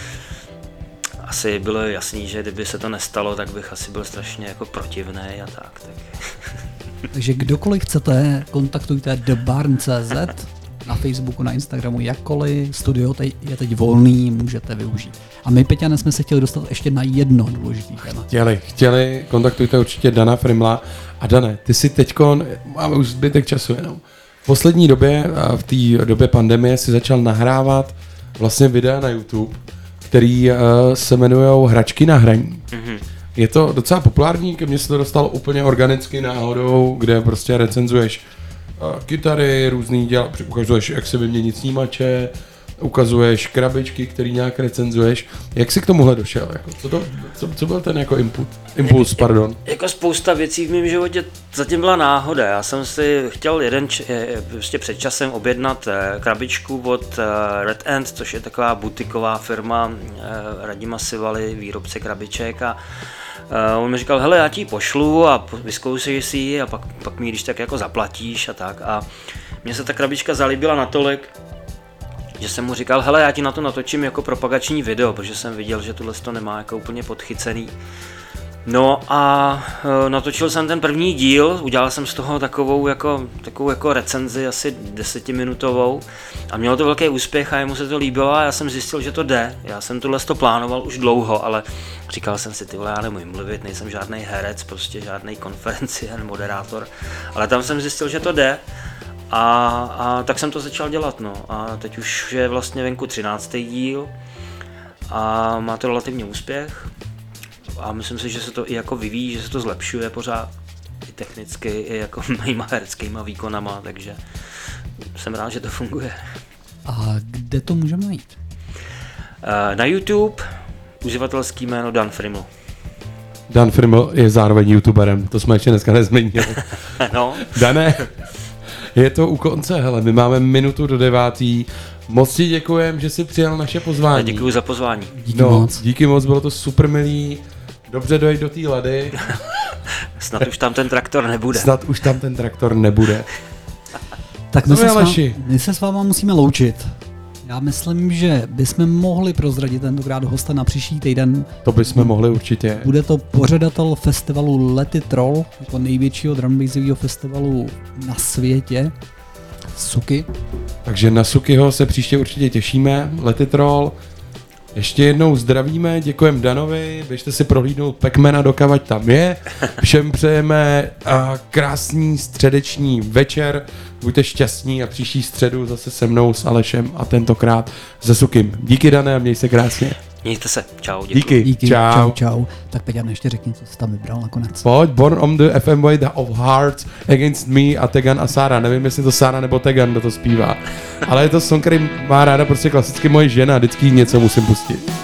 asi bylo jasný, že kdyby se to nestalo, tak bych asi byl strašně jako protivnej a tak. Takže kdokoliv chcete, kontaktujte thebarn.cz na Facebooku, na Instagramu, jakkoliv, studio je teď volný, můžete využít. A my, Peťane, jsme se chtěli dostat ještě na jedno důležitý téma. Chtěli, kontaktujte určitě Dana Frimla. A Dane, ty si teďkon, máme už zbytek času jenom, v poslední době, v té době pandemie si začal nahrávat vlastně videa na YouTube, který se jmenujou Hračky na hraní. Mm-hmm. Je to docela populární, ke mně se to dostalo úplně organicky náhodou, kde prostě recenzuješ kytary, různý děla, ukazuješ, jak se vyměnit snímače, ukazuješ krabičky, který nějak recenzuješ. Jak jsi k tomuhle došel? Jako, co byl ten jako impuls, pardon? Jako spousta věcí v mém životě zatím byla náhoda. Já jsem si chtěl prostě před časem objednat krabičku od Red Ant, což je taková butiková firma Radima Sivaly, výrobce krabiček, a on mi říkal, hele, já ti ji pošlu a vyzkoušej si ji a pak mi když tak jako zaplatíš a tak. A mně se ta krabička zalíbila natolik, že jsem mu říkal, hele, já ti na to natočím jako propagační video, protože jsem viděl, že tohle to nemá jako úplně podchycený. No a natočil jsem ten první díl, udělal jsem z toho takovou jako recenzi asi 10minutovou a mělo to velký úspěch a jemu se to líbilo a já jsem zjistil, že to jde. Já jsem tohle to plánoval už dlouho, ale říkal jsem si, ty vole, já nemůžu mluvit, nejsem žádný herec, prostě žádný konferenciér, moderátor, ale tam jsem zjistil, že to jde. A tak jsem to začal dělat, no. A teď už je vlastně venku 13. díl a má to relativně úspěch. A myslím si, že se to i jako vyvíjí, že se to zlepšuje pořád i technicky, i jako mýma hereckýma výkonama, takže jsem rád, že to funguje. A kde to můžeme najít? Na YouTube Uživatelský jméno Dan Friml. Dan Friml je zároveň youtuberem, to jsme ještě dneska nezmínili. No. Dané, je to u konce, hele, my máme 8:45. Moc ti děkujem, že jsi přijal naše pozvání. Děkuji za pozvání. Díky moc, bylo to super milý. Dobře dojď do té Lady. Snad už tam ten traktor nebude. Tak my se s váma musíme loučit. Já myslím, že bychom mohli prozradit tentokrát hosta na příští týden. To bychom mohli určitě. Bude to pořadatel festivalu Let It Roll, jako největšího drumbassového festivalu na světě. Suki. Takže na Sukiho se příště určitě těšíme. Let It Roll. Ještě jednou zdravíme, děkujeme Danovi, běžte si prohlídnout Pac-Mana, dokavať tam je. Všem přejeme krásný středeční večer, buďte šťastní a příští středu zase se mnou s Alešem a tentokrát se Sukim. Díky, Dané, a měj se krásně. Mějte se, čau, děkuji. Díky. Čau. Tak Peťan, ještě řekni, co jsi tam vybral nakonec. Pojď, Born on the FM Way of Hearts Against Me a Tegan a Sára. Nevím, jestli to Sára nebo Tegan, kdo to zpívá. Ale je to song, který má ráda prostě klasicky moje žena, vždycky něco musím pustit.